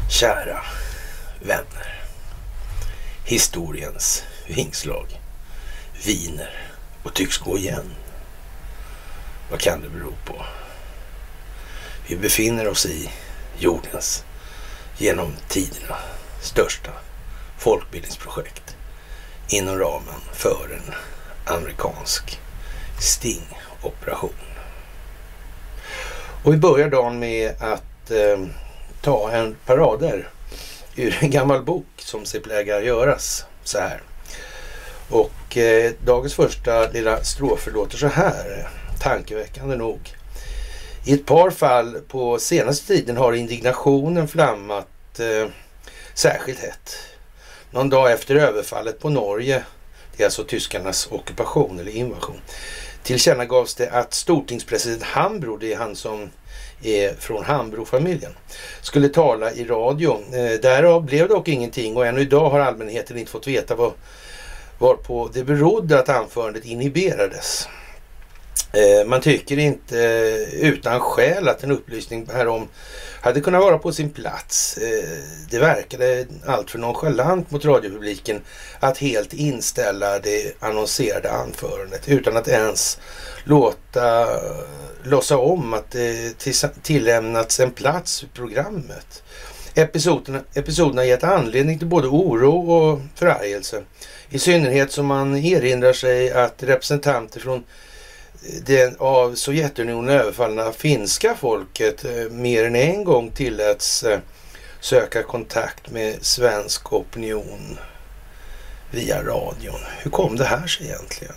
Kära vänner, historiens vingslag viner och tycks gå igen. Vad kan det bero på? Vi befinner oss i jordens genom tiderna största folkbildningsprojekt inom ramen för en amerikansk stingoperation. Och vi börjar dagen med att ta en parader ur en gammal bok som sig plägar göras så här. Och dagens första lilla strofer låter så här, tankeväckande nog. I ett par fall på senaste tiden har indignationen flammat särskilt hett. Någon dag efter överfallet på Norge, det är alltså tyskarnas ockupation eller invasion, tillkännagavs det att stortingspresident Hambro, det är han som är från Hambro-familjen, skulle tala i radio. Därav blev dock ingenting och ännu idag har allmänheten inte fått veta varpå det berodde att anförandet inhiberades. Man tycker inte utan skäl att en upplysning härom hade kunnat vara på sin plats. Det verkade allt för nonchalant mot radiopubliken att helt inställa det annonserade anförandet utan att ens låtsas om att det tillämnats en plats i programmet. Episoderna har gett anledning till både oro och förargelse. I synnerhet som man erinrar sig att representanter från det av Sovjetunionen överfallna finska folket mer än en gång tilläts söka kontakt med svensk opinion via radion. Hur kom det här sig egentligen?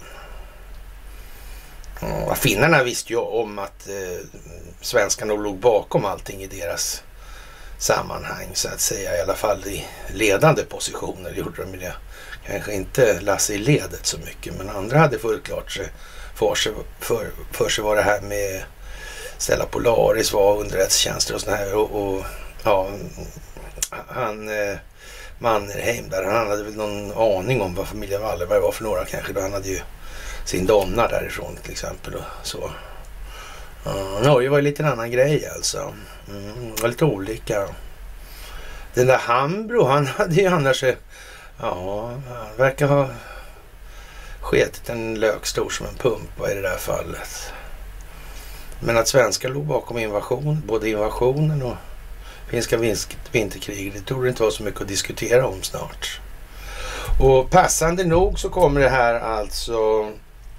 Finnarna visste ju om att svenskarna låg bakom allting i deras sammanhang så att säga, i alla fall i ledande positioner gjorde de det. Kanske inte Lasse i ledet så mycket, men andra hade fullt klart sig för sig vad det här med Stella Polaris var, underrättelsetjänster och sådär här och ja, han Mannerheim där, han hade väl någon aning om vad familjen Wallenberg var för några kanske, då han hade ju sin donna därifrån till exempel och så. Norge var ju lite en annan grej alltså. Var lite olika. Den där Hambro, han hade ju annars, han verkar ha sketit en lök stor som en pumpa i det där fallet. Men att svenskar låg bakom både invasionen och finska vinterkriget, det torde inte vara så mycket att diskutera om snart. Och passande nog så kommer det här alltså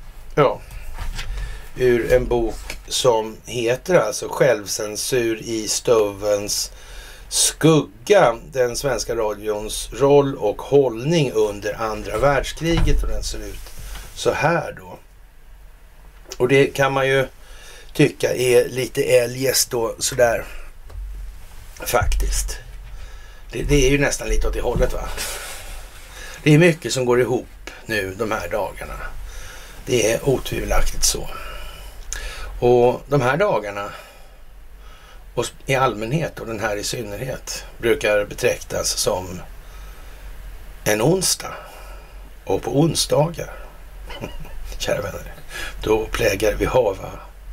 ur en bok som heter alltså Självcensur i stövens skugga, den svenska radions roll och hållning under andra världskriget, och den ser ut så här då. Och det kan man ju tycka är lite eljest då sådär faktiskt. Det är ju nästan lite åt det hållet va. Det är mycket som går ihop nu de här dagarna. Det är otvivelaktigt så. Och de här dagarna och i allmänhet och den här i synnerhet brukar betraktas som en onsdag. Och på onsdagar, kära vänner, då plägar vi hava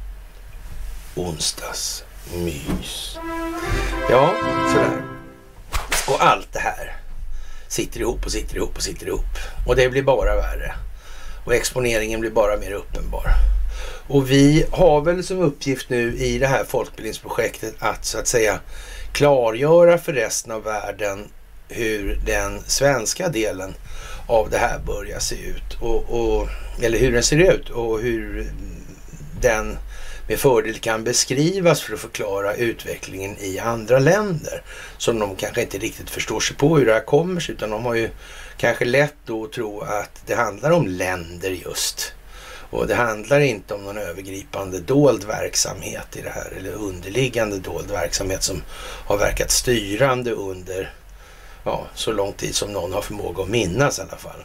onsdagsmys. Ja, sådär. Och allt det här sitter ihop. Och det blir bara värre. Och exponeringen blir bara mer uppenbar. Och vi har väl som uppgift nu i det här folkbildningsprojektet att så att säga klargöra för resten av världen hur den svenska delen av det här börjar se ut. Eller hur den ser ut och hur den med fördel kan beskrivas för att förklara utvecklingen i andra länder som de kanske inte riktigt förstår sig på hur det här kommer sig, utan de har ju kanske lätt då att tro att det handlar om länder just. Och det handlar inte om någon övergripande dold verksamhet i det här, eller underliggande dold verksamhet som har verkat styrande under så lång tid som någon har förmåga att minnas i alla fall.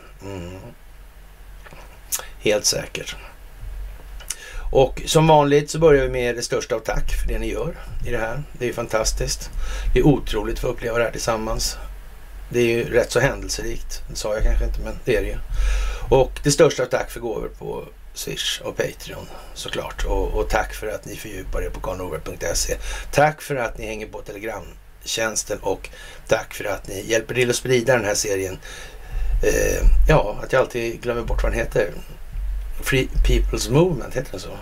Helt säkert. Och som vanligt så börjar vi med det största av tack för det ni gör i det här. Det är ju fantastiskt. Det är otroligt att få uppleva det här tillsammans. Det är ju rätt så händelserikt. Det sa jag kanske inte, men det är det ju. Och det största av tack för gåvor på Swish och Patreon såklart. Och tack för att ni fördjupar er på karlnorberg.se. Tack för att ni hänger på Telegram Streamtjänsten och tack för att ni hjälper till att sprida den här serien. Att jag alltid glömmer bort vad den heter. Free People's Movement, heter den så?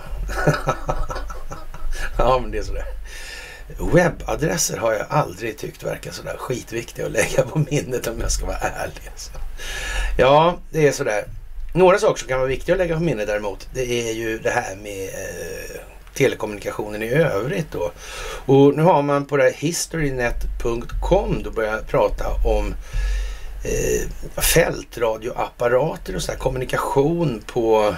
Ja, men det är sådär. Webbadresser har jag aldrig tyckt verkar sådär skitviktiga att lägga på minnet om jag ska vara ärlig. Alltså. Ja, det är sådär. Några saker som kan vara viktiga att lägga på minnet däremot, det är ju det här med telekommunikationen i övrigt då. Och nu har man på det här historynet.com då börjat prata om fältradioapparater och sådär, kommunikation på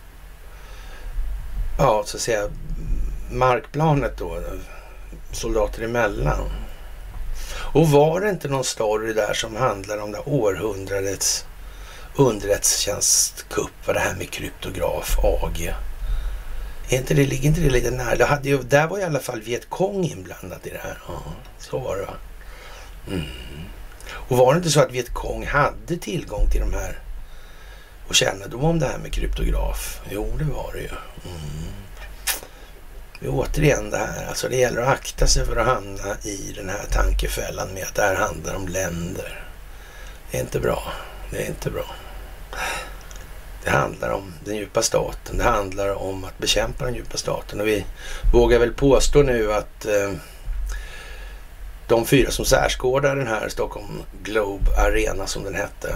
så att säga markplanet då, soldater emellan. Och var det inte någon story där som handlar om det århundradets underrättelsetjänstkupp, vad det här med kryptograf AG? Ligger inte det lite nära? Där var i alla fall Vietkong inblandat i det här. Ja, så var det va? Och var det inte så att Vietkong hade tillgång till de här och kännedom om det här med kryptograf? Jo, det var det ju. Återigen det här, alltså det gäller att akta sig för att hamna i den här tankefällan med att det här handlar om länder. Det är inte bra. Det är inte bra. Det handlar om den djupa staten. Det handlar om att bekämpa den djupa staten. Och vi vågar väl påstå nu att de 4 som särskådar den här Stockholm Globe Arena som den hette.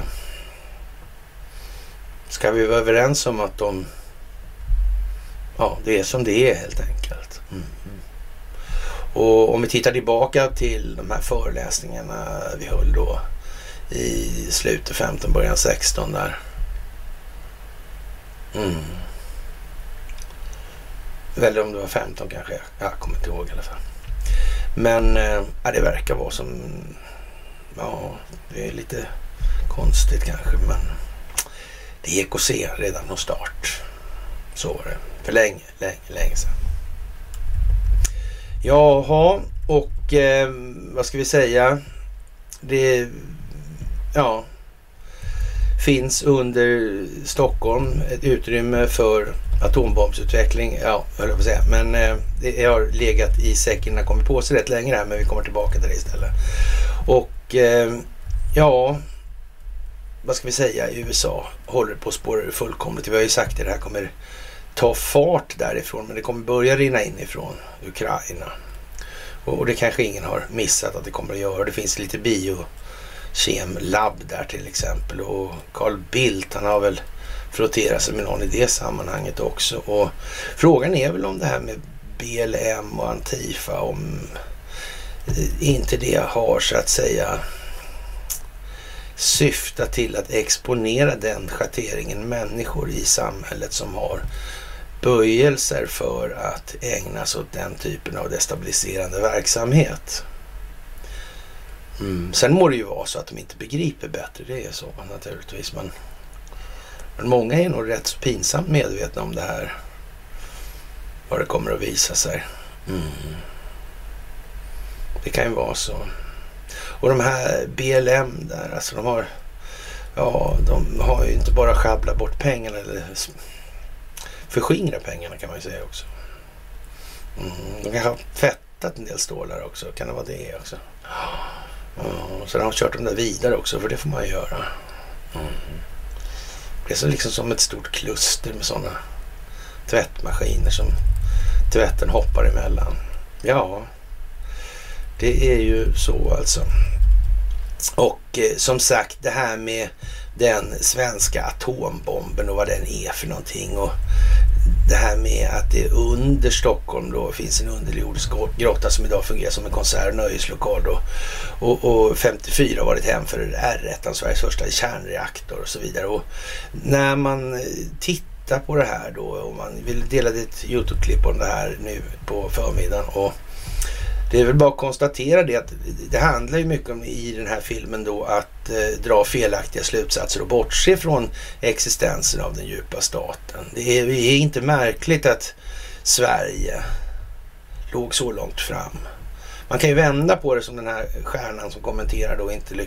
Ska vi vara överens om att det är som det är helt enkelt. Och om vi tittar tillbaka till de här föreläsningarna vi höll då i slutet 15, början 16 där. Eller om det var 15 kanske. Jag kommer inte ihåg i alla fall. Men det verkar vara som det är lite konstigt kanske, men det gick att se redan från start. Så var det. För länge sedan. Jaha, och vad ska vi säga? Det finns under Stockholm ett utrymme för atombombsutveckling. Ja, höll jag på att säga. Men det har legat i säcken när kommit på sig rätt länge här, men vi kommer tillbaka till det istället. Och vad ska vi säga? USA håller på att spåra fullkomligt. Vi har ju sagt att det här kommer ta fart därifrån, men det kommer börja rinna inifrån Ukraina. Och det kanske ingen har missat att det kommer att göra. Det finns lite biokemlabb där till exempel. Och Carl Bildt, han har väl frotterat sig med någon i det sammanhanget också. Och frågan är väl om det här med BLM och Antifa, om inte det har så att säga syfta till att exponera den schatteringen människor i samhället som har böjelser för att ägna sig åt den typen av destabiliserande verksamhet. Sen må det ju vara så att de inte begriper bättre, det är så naturligtvis, men många är nog rätt så pinsamt medvetna om det här, vad det kommer att visa sig. Det kan ju vara så. Och de här BLM där, alltså de har ju inte bara schabblat bort pengarna eller förskingra pengarna kan man ju säga också. De kanske har fettat en del stålar också, kan det vara det också? Så de har kört dem där vidare också, för det får man ju göra. Det är så liksom som ett stort kluster med sådana tvättmaskiner som tvätten hoppar emellan. Ja, det är ju så alltså. Och som sagt, det här med den svenska atombomben och vad den är för någonting, och det här med att det under Stockholm då finns en underjordisk grotta som idag fungerar som en konsert- och nöjeslokal då, och 54 har varit hem för R1, Sveriges första kärnreaktor och så vidare. Och när man tittar på det här då, och man vill dela ett YouTube-klipp om det här nu på förmiddagen, och det är väl bara att konstatera det att det handlar ju mycket om i den här filmen då att dra felaktiga slutsatser och bortse från existensen av den djupa staten. Det är inte märkligt att Sverige låg så långt fram. Man kan ju vända på det som den här stjärnan som kommenterar då inte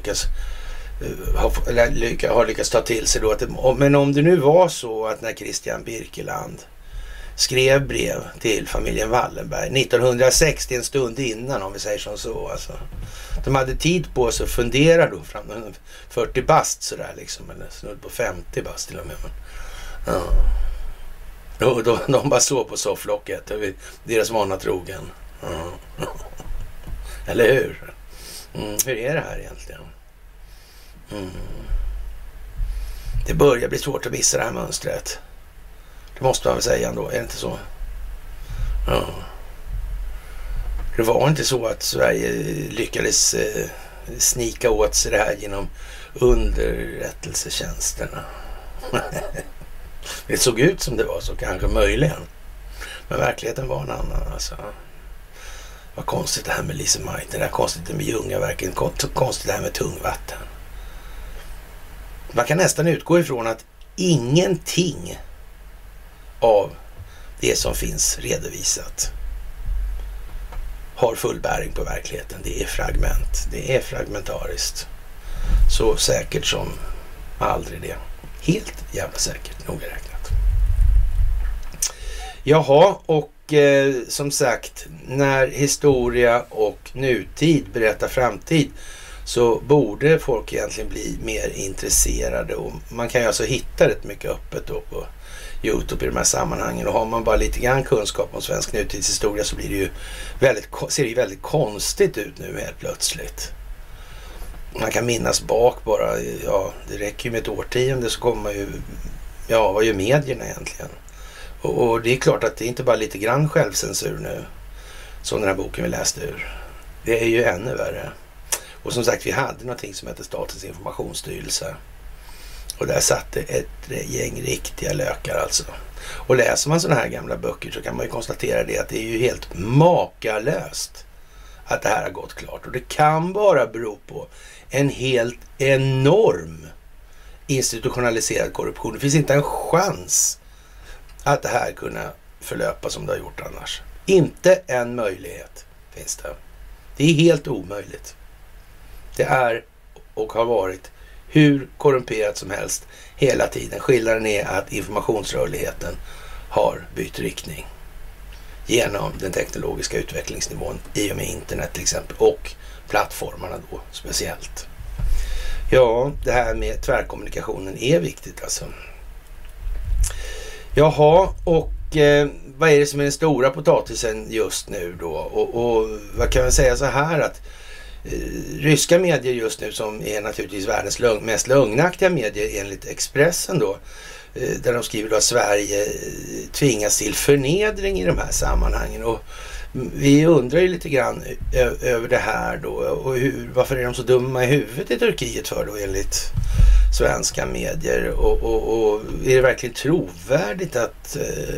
har lyckats ta till sig då. Men om det nu var så att när Christian Birkeland skrev brev till familjen Wallenberg 1960, en stund innan, om vi säger som så. Alltså. De hade tid på sig att fundera då fram 40 bast sådär liksom, eller snudd på 50 bast till och med. Men, ja. De bara slår på sofflocket, deras vana trogen. Ja. Eller hur? Hur är det här egentligen? Det börjar bli svårt att missa det här mönstret. Det måste man väl säga ändå, är det inte så? Ja. Det var inte så att Sverige lyckades snika åt sig det här genom underrättelsetjänsterna. Det såg ut som det var så, kanske möjligen. Men verkligheten var en annan. Alltså. Vad konstigt det här med Lise Majt, det där konstigt med Ljungaverken, konstigt det här med tungvatten. Man kan nästan utgå ifrån att ingenting av det som finns redovisat har full bäring på verkligheten. Det är fragment. Det är fragmentariskt. Så säkert som aldrig det. Helt jävla säkert, noga räknat. Jaha, och som sagt, när historia och nutid berättar framtid så borde folk egentligen bli mer intresserade. Och man kan ju alltså hitta rätt mycket öppet då på YouTube i de här sammanhangen. Och har man bara lite grann kunskap om svensk nutidshistoria så blir det ju ser det ju väldigt konstigt ut nu helt plötsligt. Man kan minnas bak bara, ja, det räcker ju med ett årtionde så kommer man ju, ja, vad gör medierna egentligen? Och det är klart att det är inte bara lite grann självcensur nu, som den här boken vi läste ur. Det är ju ännu värre. Och som sagt, vi hade någonting som heter Statens informationsstyrelse. Och där satt det ett gäng riktiga lökar alltså. Och läser man sådana här gamla böcker så kan man ju konstatera det att det är ju helt makalöst att det här har gått klart. Och det kan bara bero på en helt enorm institutionaliserad korruption. Det finns inte en chans att det här kunna förlöpa som det har gjort annars. Inte en möjlighet finns det. Det är helt omöjligt. Det är och har varit hur korrumperat som helst hela tiden. Skillnaden är att informationsrörligheten har bytt riktning genom den teknologiska utvecklingsnivån i och med internet till exempel och plattformarna då speciellt. Ja, det här med tvärkommunikationen är viktigt alltså. Jaha, och vad är det som är den stora potatisen just nu då? Och vad kan man säga så här att ryska medier just nu, som är naturligtvis världens mest lögnaktiga medier enligt Expressen då, där de skriver då att Sverige tvingas till förnedring i de här sammanhangen. Och vi undrar ju lite grann över det här då, och varför är de så dumma i huvudet i Turkiet för då enligt svenska medier, och är det verkligen trovärdigt att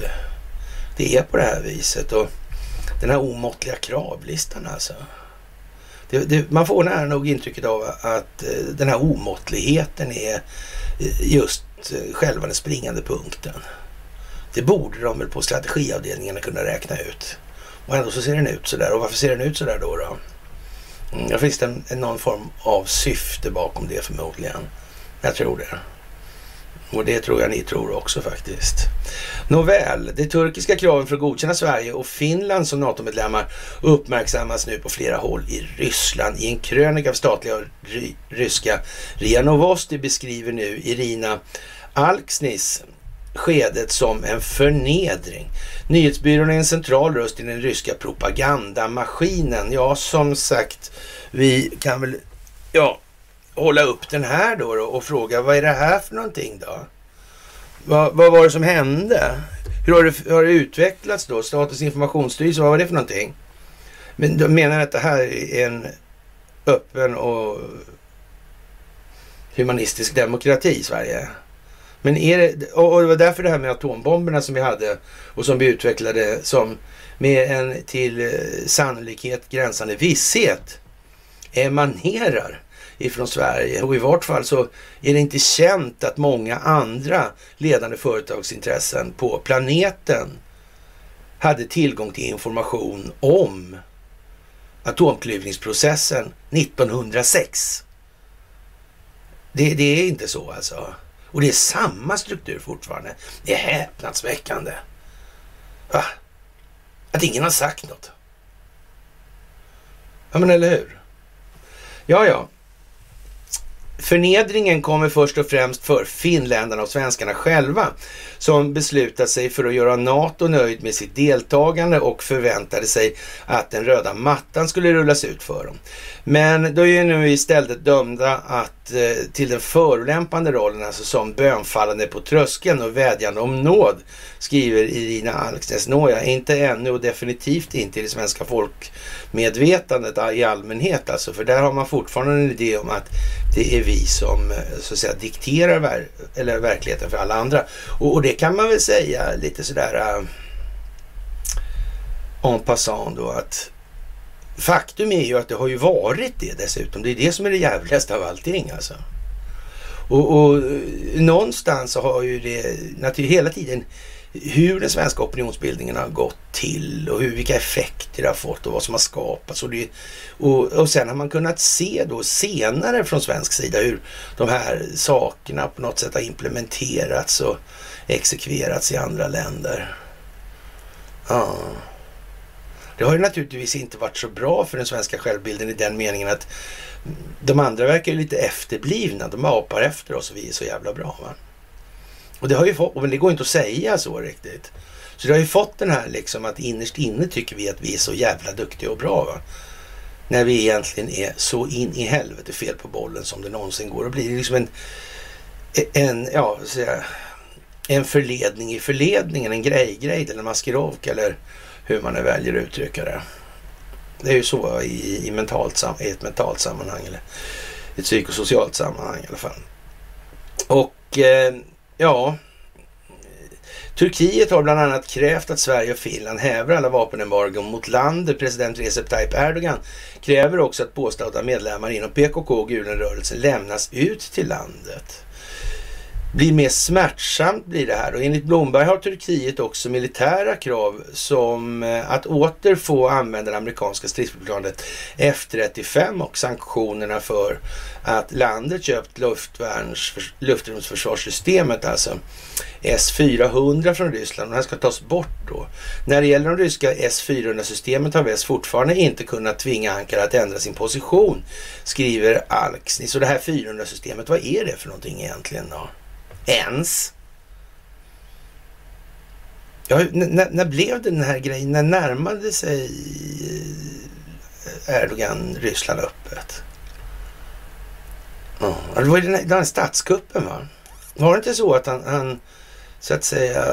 det är på det här viset? Och den här omåttliga kravlistan alltså. Man får nära nog intrycket av att den här omåttligheten är just själva den springande punkten. Det borde de väl på strategiavdelningarna kunna räkna ut. Och ändå så ser den ut sådär. Och varför ser den ut sådär då? Det finns någon form av syfte bakom det förmodligen. Jag tror det. Och det tror jag ni tror också faktiskt. Nåväl, de turkiska kraven för att godkänna Sverige och Finland som NATO-medlemmar uppmärksammas nu på flera håll i Ryssland. I en krönika av statliga ryska RIA Novosti beskriver nu Irina Alksnis skedet som en förnedring. Nyhetsbyrån är en central röst i den ryska propagandamaskinen. Ja, som sagt, vi kan väl hålla upp den här då och fråga, vad är det här för någonting då? Vad var det som hände? Hur har det utvecklats då? Statens informationsstyrelse, vad var det för någonting? Men de menar att det här är en öppen och humanistisk demokrati i Sverige. Men är det, och det var därför det här med atombomberna som vi hade och som vi utvecklade som med en till sannolikhet gränsande visshet emanerar ifrån Sverige. Och i vart fall så är det inte känt att många andra ledande företagsintressen på planeten hade tillgång till information om atomklyvningsprocessen 1906. Det är inte så alltså. Och det är samma struktur fortfarande. Det är häpnadsväckande. Att ingen har sagt något. Ja, men eller hur? Ja. Förnedringen kommer först och främst för finländarna och svenskarna själva som beslutat sig för att göra NATO nöjd med sitt deltagande och förväntade sig att den röda mattan skulle rullas ut för dem. Men då är ju nu istället dömda att till den förolämpande rollen, alltså som bönfallande på tröskeln och vädjande om nåd, skriver Irina Alksnäs. Nåja, inte ännu och definitivt inte i det svenska folkmedvetandet i allmänhet, alltså, för där har man fortfarande en idé om att det är vi som så att säga dikterar verkligheten för alla andra. Och det kan man väl säga lite sådär en passant då, att faktum är ju att det har ju varit det dessutom. Det är det som är det jävligaste av allting alltså. Och någonstans så har ju det naturligtvis hela tiden hur den svenska opinionsbildningen har gått till och vilka effekter det har fått och vad som har skapats. Och sen har man kunnat se då senare från svensk sida hur de här sakerna på något sätt har implementerats och exekverats i andra länder. Ja. Det har ju naturligtvis inte varit så bra för den svenska självbilden i den meningen att de andra verkar ju lite efterblivna. De apar efter oss och vi är så jävla bra, va? Och det har ju fått, men det går inte att säga så riktigt. Så det har ju fått den här liksom att innerst inne tycker vi att vi är så jävla duktiga och bra, va? När vi egentligen är så in i helvete fel på bollen som det någonsin går. Och blir det liksom en förledning i förledningen, en grej eller en maskerovka eller hur man nu väljer att uttrycka det. Det är ju så i ett mentalt sammanhang eller ett psykosocialt sammanhang i alla fall. Och Turkiet har bland annat krävt att Sverige och Finland häver alla vapenembargon mot landet. President Recep Tayyip Erdogan kräver också att påstådda medlemmar inom PKK och Gülenrörelsen lämnas ut till landet. Blir mer smärtsamt blir det här, och enligt Blomberg har Turkiet också militära krav som att åter få använda det amerikanska stridsflygplanet F-35 och sanktionerna för att landet köpt luftrumsförsvarssystemet, alltså S-400 från Ryssland, och det här ska tas bort då. När det gäller de ryska S-400-systemet har väst fortfarande inte kunnat tvinga Ankara att ändra sin position, skriver Alksnäs. Så det här 400-systemet, vad är det för någonting egentligen då? Ens. Ja, när blev det den här grejen? När närmade sig Erdogan Ryssland öppet? Det var ju den här statskuppen, va? Var det inte så att han så att säga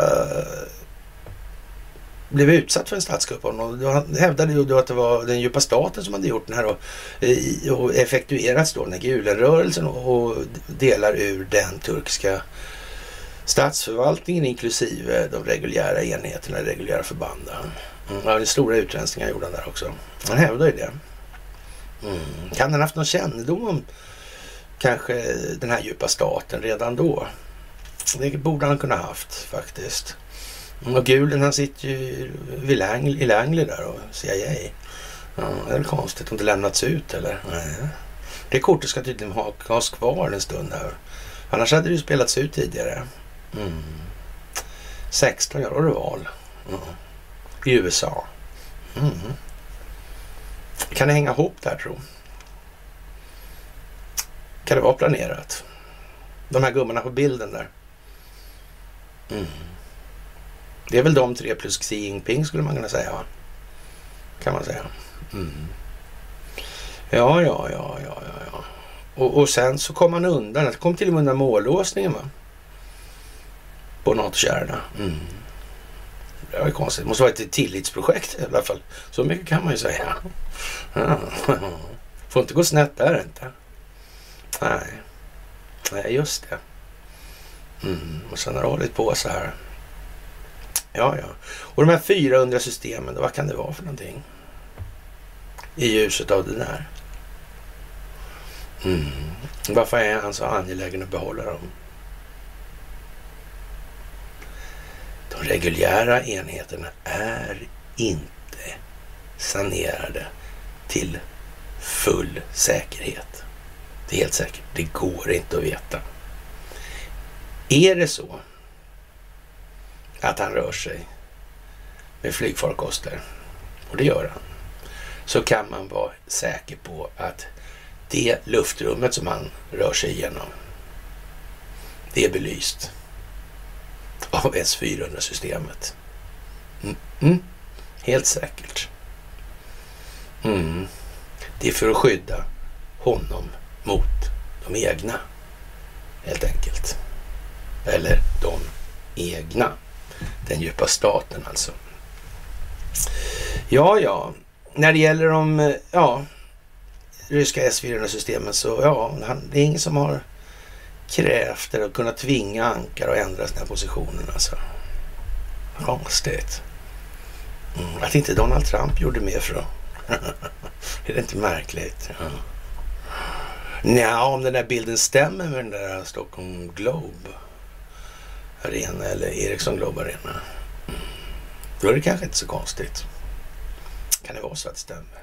blev utsatt för en statskupp? Han hävdade ju då att det var den djupa staten som hade gjort den här och effektuerats då den här Gülenrörelsen och delar ur den turkiska statsförvaltningen inklusive de reguljära enheterna, reguljära förbanden. Ja, det stora utrensningar gjorde han där också. Han hävdade ju det. Kan han haft någon kännedom om kanske den här djupa staten redan då? Det borde han kunna haft faktiskt. Och Gulen, han sitter ju i Langley där och CIA. Ja, det är väl konstigt om det lämnats ut eller? Nej. Det kortet ska tydligen has kvar en stund här. Annars hade det ju spelats ut tidigare. 16 år och val. I USA. Kan det hänga ihop där, tror? Kan det vara planerat? De här gummarna på bilden där. Det är väl de 3 plus Xi Jinping skulle man kunna säga, va? Kan man säga. Ja. Och sen så kom man undan. Det kom till och med undan mållåsningen, va? På NATO-kärnorna. Det var ju konstigt. Det måste vara ett tillitsprojekt i alla fall. Så mycket kan man ju säga. Får inte gå snett där inte. Nej, just det. Och sen har det hållit på så här. Ja. Och de här 400 systemen, vad kan det vara för någonting? I ljuset av det där. Varför är han så angelägen att behålla dem? De reguljära enheterna är inte sanerade till full säkerhet. Det är helt säkert. Det går inte att veta. Är det så att han rör sig med flygfarkoster, och det gör han, så kan man vara säker på att det luftrummet som han rör sig igenom, det är belyst av S-400-systemet. Helt säkert. Det är för att skydda honom mot de egna, helt enkelt. Eller de egna. Den djupa staten alltså. Ja. När det gäller de ryska S-400-systemen så det är ingen som har krävt eller kunnat tvinga Ankara att ändra sina positioner alltså. Konstigt. Att inte Donald Trump gjorde mer för att är det inte märkligt? Om den där bilden stämmer med den där Stockholm Globe Arena eller Ericsson Globe Arena, då är det kanske inte så konstigt. Kan det vara så att det stämmer?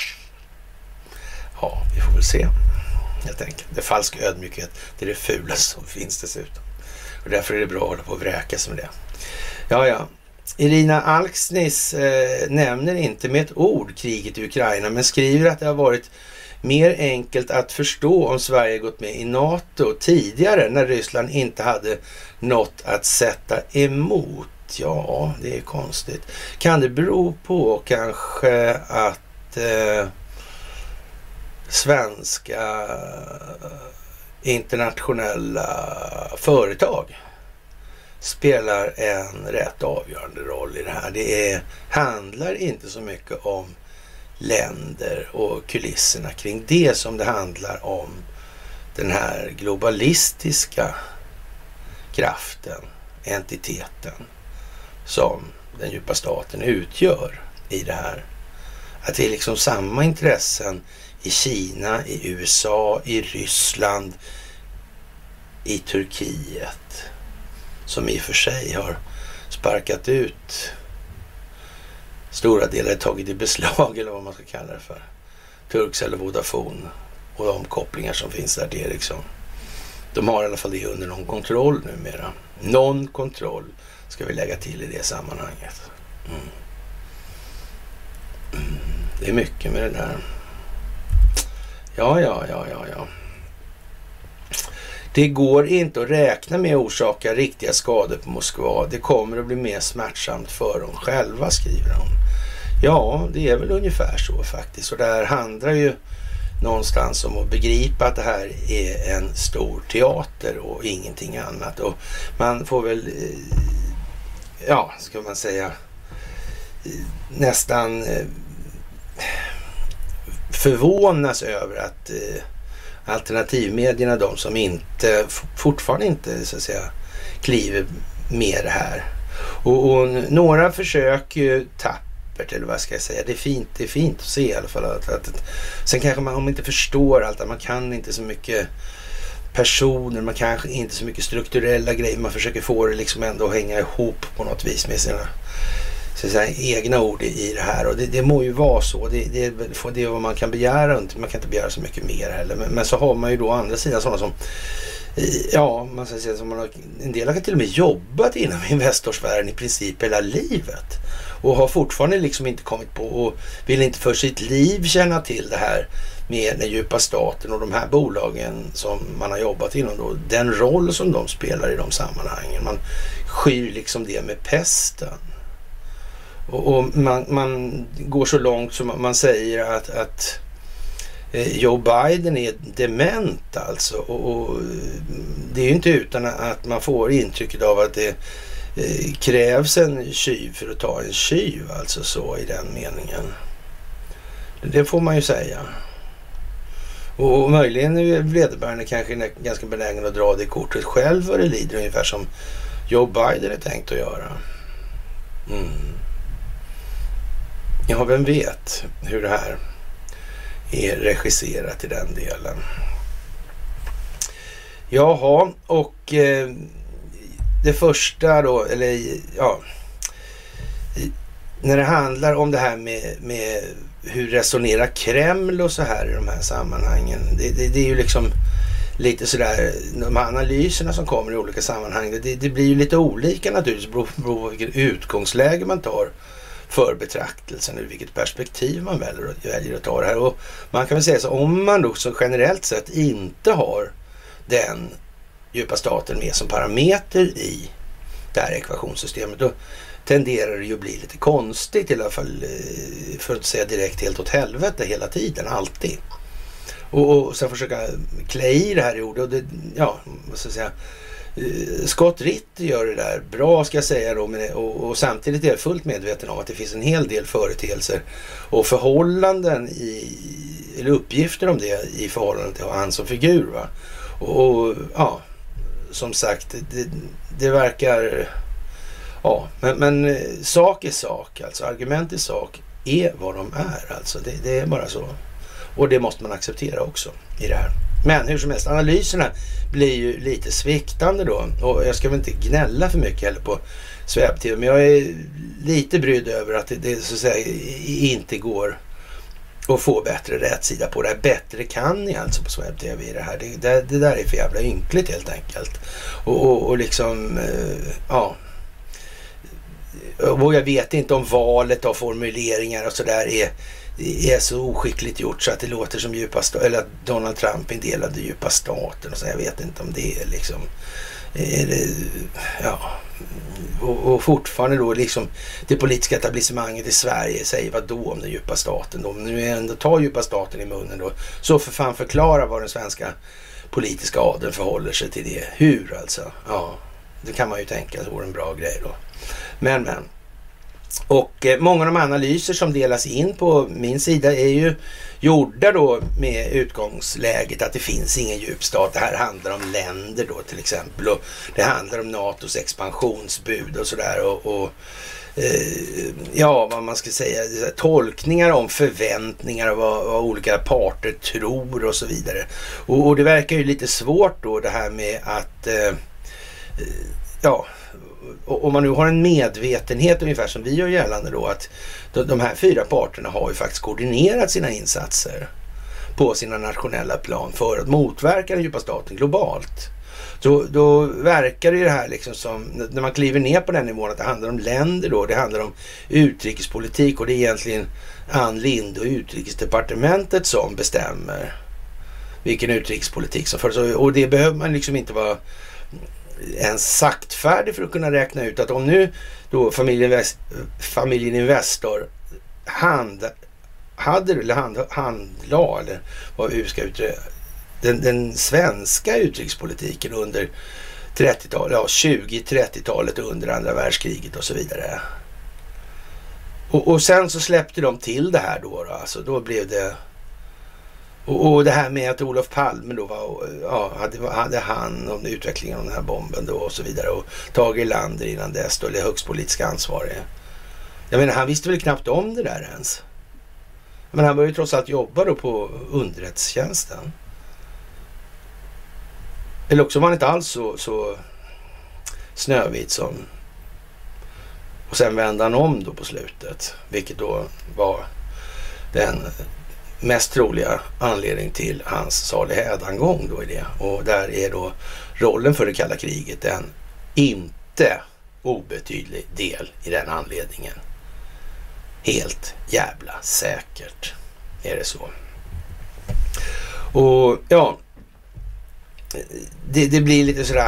Ja, vi får väl se. Jag tänker, det är falsk ödmjukhet, det är det fulaste som finns dessutom. Och därför är det bra att hålla på och vräkas med det. Ja. Irina Alksnis nämner inte med ett ord kriget i Ukraina, men skriver att det har varit mer enkelt att förstå om Sverige gått med i NATO tidigare när Ryssland inte hade något att sätta emot. Ja, det är konstigt. Kan det bero på kanske att svenska internationella företag spelar en rätt avgörande roll i det här. Det handlar inte så mycket om länder och kulisserna kring det som det handlar om den här globalistiska kraften, entiteten som den djupa staten utgör i det här. Att det är liksom samma intressen i Kina, i USA, i Ryssland, i Turkiet som i och för sig har sparkat ut stora delar, tagit i beslag eller vad man ska kalla det för. Turks eller Vodafone och de kopplingar som finns där till Ericsson. De har i alla fall det under någon kontroll numera. Någon kontroll ska vi lägga till i det sammanhanget. Det är mycket med det där. Ja. Det går inte att räkna med att orsaka riktiga skador på Moskva. Det kommer att bli mer smärtsamt för dem själva, skriver hon. Ja, det är väl ungefär så faktiskt. Och det här handlar ju någonstans om att begripa att det här är en stor teater och ingenting annat. Och man får väl, ska man säga, nästan förvånas över att alternativmedierna, de som fortfarande inte så att säga kliver med det här. Och några försöker ju tappert, eller vad ska jag säga. Det är fint att se i alla fall. Sen kanske man, om man inte förstår allt, man kan inte så mycket personer, man kanske inte så mycket strukturella grejer. Man försöker få det liksom ändå att hänga ihop på något vis med sina så att säga, egna ord i det här. Och det må ju vara så. Det är vad man kan begära. Man kan inte begära så mycket mer heller. Men så har man ju då å andra sidan sådana som man ska säga, som en del har till och med jobbat inom Investorsvärlden i princip hela livet. Och har fortfarande liksom inte kommit på och vill inte för sitt liv känna till det här med den djupa staten och de här bolagen som man har jobbat inom då. Den roll som de spelar i de sammanhangen. Man skyr liksom det med pesten. Och man går så långt som man säger att Joe Biden är dement alltså. Och det är ju inte utan att man får intrycket av att det krävs en tjuv för att ta en tjuv. Alltså så i den meningen. Det får man ju säga. Och möjligen är vederbörande kanske ganska benägen att dra det kortet själv vad det lider, ungefär som Joe Biden är tänkt att göra. Ja, vem vet hur det här är regisserat i den delen. Jaha, och det första då, eller när det handlar om det här med hur resonerar Kreml och så här i de här sammanhangen. Det är ju liksom lite sådär, de här analyserna som kommer i olika sammanhang, det blir ju lite olika naturligtvis beroende på vilket utgångsläge man tar för betraktelsen ur vilket perspektiv man väljer att ta det här. Och man kan väl säga så, om man då så generellt sett inte har den djupa staten med som parameter i det här ekvationssystemet, då tenderar det ju att bli lite konstigt, i alla fall för att säga direkt helt åt helvete hela tiden, alltid. Och sen försöka klä i det här i ord, och det, ja, vad ska jag säga, Scott Ritter gör det där bra, ska jag säga då, men, och samtidigt är jag fullt medveten om att det finns en hel del företeelser och förhållanden eller uppgifter om det i förhållande till han som figur, va. Och ja, som sagt, det verkar, ja, men sak är sak, alltså argument i sak är vad de är, alltså det är bara så. Och det måste man acceptera också i det här. Men hur som helst, analyserna blir ju lite sviktande då. Och jag ska väl inte gnälla för mycket heller på SvebTV, men jag är lite brydd över att det så att säga inte går att få bättre rätsida på det här. Bättre kan ni alltså på SvebTV i det här. Det där är för jävla ynkligt helt enkelt. Och liksom, ja. Och jag vet inte om valet av formuleringar och sådär är så oskickligt gjort så att det låter som eller att Donald Trump indelade djupa staten och så. Jag vet inte om det är liksom ja, och fortfarande då liksom det politiska etablissemanget i Sverige säger vad då om den djupa staten då, om nu ändå tar djupa staten i munnen då, så för fan förklara vad den svenska politiska adeln förhåller sig till det, hur alltså, ja, det kan man ju tänka, det vore en bra grej då, men och många av de analyser som delas in på min sida är ju gjorda då med utgångsläget att det finns ingen djupstat. Det här handlar om länder då till exempel, och det handlar om NATOs expansionsbud och sådär, och ja, vad man ska säga, tolkningar om förväntningar och vad olika parter tror och så vidare. Och det verkar ju lite svårt då det här med att ja, om man nu har en medvetenhet ungefär som vi gör gällande då, att de här 4 parterna har ju faktiskt koordinerat sina insatser på sina nationella plan för att motverka den djupa staten globalt. Då verkar det här liksom som, när man kliver ner på den nivån, att det handlar om länder då, det handlar om utrikespolitik, och det är egentligen Ann Linde och utrikesdepartementet som bestämmer vilken utrikespolitik som förs. Och det behöver man liksom inte vara ens saktfärdig för att kunna räkna ut att om nu då familjen Investor handlade eller hur ska den svenska utrikespolitiken under 30-talet, ja 20-30-talet under andra världskriget och så vidare. Och sen så släppte de till det här då alltså då blev det. Och det här med att Olof Palme då hade hand om utvecklingen av den här bomben då och så vidare, och Tage Erlander innan dess då, eller högst politisk ansvarig. Jag menar, han visste väl knappt om det där ens. Men han började ju trots allt jobba då på underrättelsetjänsten. Eller också var han inte alls så snövit som. Och sen vände han om då på slutet, vilket då var den mest troliga anledning till hans salig hädangång då i det. Och där är då rollen för det kalla kriget en inte obetydlig del i den anledningen. Helt jävla säkert är det så. Och ja, det blir lite sådär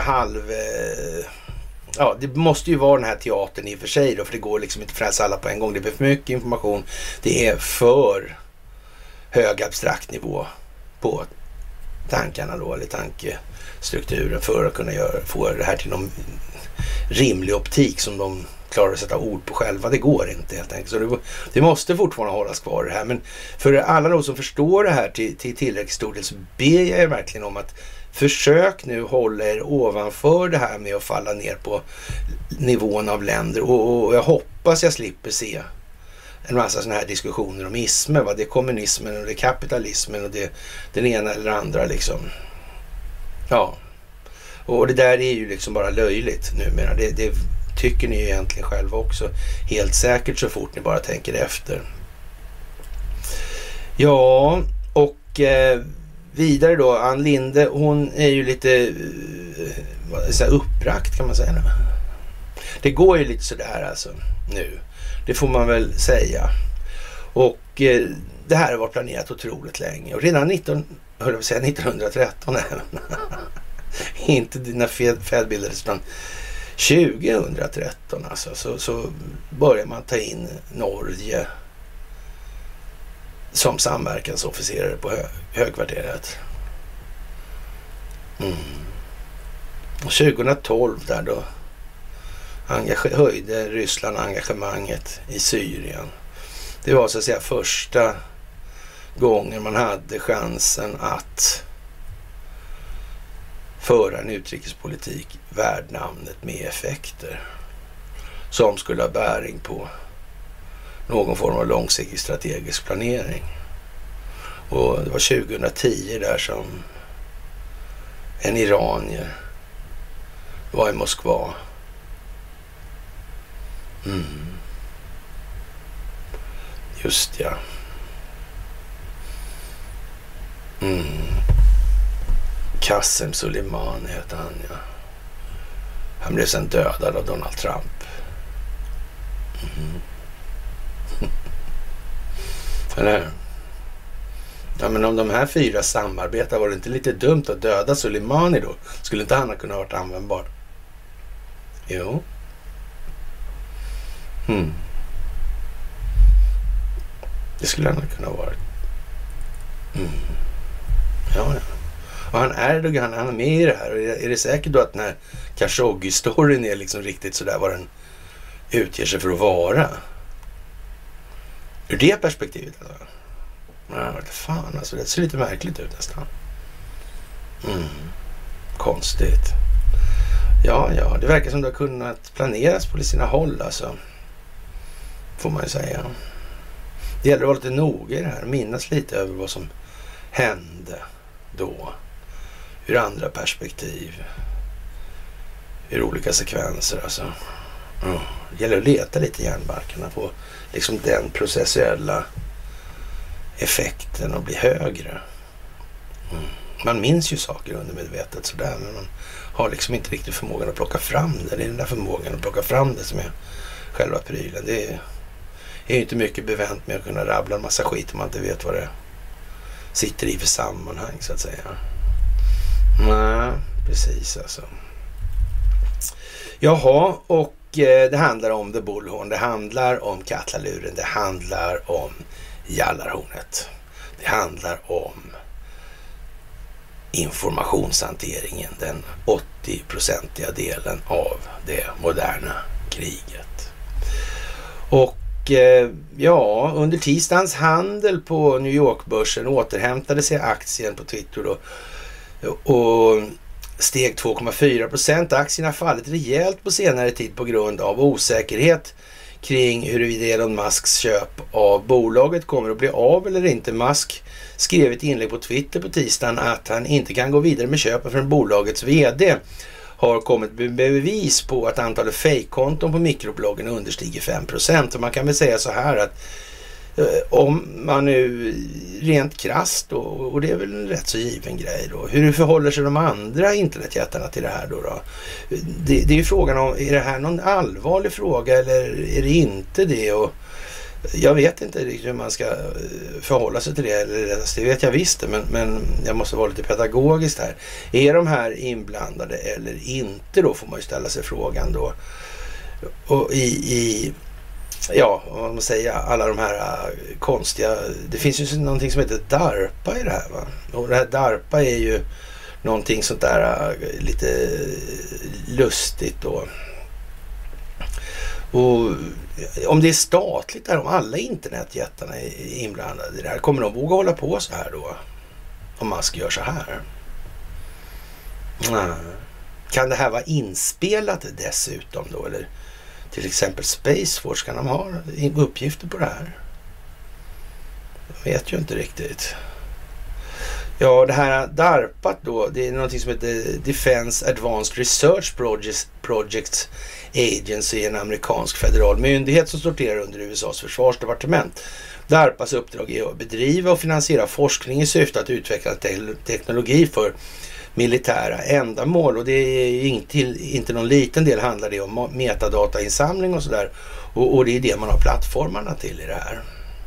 ja, det måste ju vara den här teatern i och för sig då, för det går liksom inte frälsa alla på en gång. Det blir för mycket information. Det är för hög abstrakt nivå på tankarna då, eller tankestrukturen, för att kunna få det här till någon rimlig optik som de klarar att sätta ord på själva. Det går inte helt enkelt. Så det måste fortfarande hållas kvar det här. Men för alla då som förstår det här till tillräckligt stor del, så ber jag er verkligen om att försök nu hålla er ovanför det här med att falla ner på nivån av länder. Och jag hoppas jag slipper se en massa sådana här diskussioner om ismer. Va? Det är kommunismen och det är kapitalismen och det är den ena eller andra liksom. Ja. Och det där är ju liksom bara löjligt numera. Det tycker ni ju egentligen själva också. Helt säkert så fort ni bara tänker efter. Ja, och vidare då. Ann Linde, hon är ju lite så här uppbrakt kan man säga. Det går ju lite sådär alltså nu. Det får man väl säga. Och det här var planerat otroligt länge. Och redan 1913 inte när Fed bildades utan 2013 alltså, så börjar man ta in Norge som samverkansofficerare på högkvarteret. Och 2012 där då höjde Ryssland engagemanget i Syrien. Det var så att säga första gången man hade chansen att föra en utrikespolitik värd namnet med effekter som skulle ha bäring på någon form av långsiktig strategisk planering. Och det var 2010 där som en iranier var i Moskva. Just ja. Qasem Soleimani heter han, ja. Han blev sedan dödad av Donald Trump. Eller? Ja, men om de här 4 samarbetar, var det inte lite dumt att döda Soleimani då? Skulle inte han ha kunnat varit användbar? Jo. Det skulle han ha kunnat varit. Ja. Och han är med i det här. Och är det säkert då att den här Khashoggi-storyn är liksom riktigt sådär vad den utger sig för att vara? Ur det perspektivet alltså. Ja, vad fan alltså. Det ser lite märkligt ut nästan. Konstigt. Ja, det verkar som det har kunnat planeras på sina håll alltså. Får man ju säga. Det gäller att vara lite noga i det här. Minnas lite över vad som hände då. Ur andra perspektiv. Ur olika sekvenser alltså. Det gäller att leta lite i hjärnbarkarna på liksom den processuella effekten och bli högre. Man minns ju saker undermedvetet sådär, men man har liksom inte riktigt förmågan att plocka fram det. Det är den där förmågan att plocka fram det som är själva prylen. Det är ju inte mycket bevänt med att kunna rabbla en massa skit om man inte vet vad det sitter i för sammanhang så att säga. Nej, precis alltså. Jaha, och det handlar om The Bullhorn, det handlar om Katlaluren, det handlar om Jallarhornet. Det handlar om informationshanteringen, den 80-procentiga delen av det moderna kriget. Och ja, under tisdagens handel på New York-börsen återhämtade sig aktien på Twitter då, och steg 2,4%. Aktien har fallit rejält på senare tid på grund av osäkerhet kring huruvida Elon Musks köp av bolaget kommer att bli av eller inte. Musk skrev ett inlägg på Twitter på tisdagen att han inte kan gå vidare med köpen förrän bolagets vd har kommit bevis på att antalet fake-konton på mikrobloggen understiger 5%. Och man kan väl säga så här att om man nu rent krasst då, och det är väl en rätt så given grej då, hur förhåller sig de andra internetjättarna till det här då? Det är ju frågan om, är det här någon allvarlig fråga eller är det inte det? Och jag vet inte riktigt hur man ska förhålla sig till det, eller det vet jag visst, men jag måste vara lite pedagogisk här. Är de här inblandade eller inte då, får man ju ställa sig frågan då. Och ja, vad man säger, alla de här konstiga, det finns ju någonting som heter DARPA i det här va. Och det här DARPA är ju någonting sånt där lite lustigt då. Och om det är statligt där, om alla internetjättarna är inblandade i det här, kommer de våga hålla på så här då? Om Musk gör så här? Kan det här vara inspelat dessutom då, eller till exempel Space Force, kan de ha uppgifter på det här? Jag vet ju inte riktigt. Ja, det här DARPA då, det är någonting som heter Defense Advanced Research Projects Agency, en amerikansk federal myndighet som sorterar under USAs försvarsdepartement. DARPAs uppdrag är att bedriva och finansiera forskning i syfte att utveckla teknologi för militära ändamål, och det är inte någon liten del, handlar det om metadatainsamling och sådär, Och det är det man har plattformarna till i det här.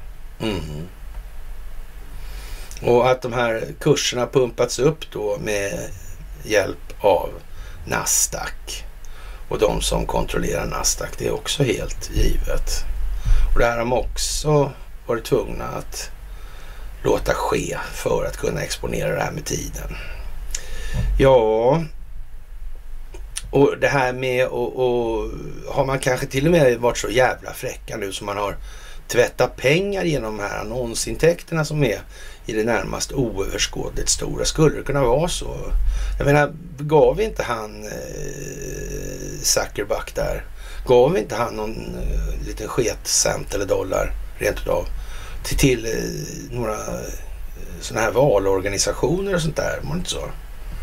Och att de här kurserna pumpats upp då med hjälp av Nasdaq och de som kontrollerar Nasdaq, det är också helt givet. Och det här har de också varit tvungna att låta ske för att kunna exponera det här med tiden. Ja, och det här med och har man kanske till och med varit så jävla fräcka nu som man har tvättat pengar genom de här annonsintäkterna som är i det närmast oöverskådligt stora. Skulle det kunna vara så? Jag menar, gav inte han Zuckerberg där? Gav inte han någon liten cent eller dollar rent utav till några sådana här valorganisationer och sånt där? Var det inte så?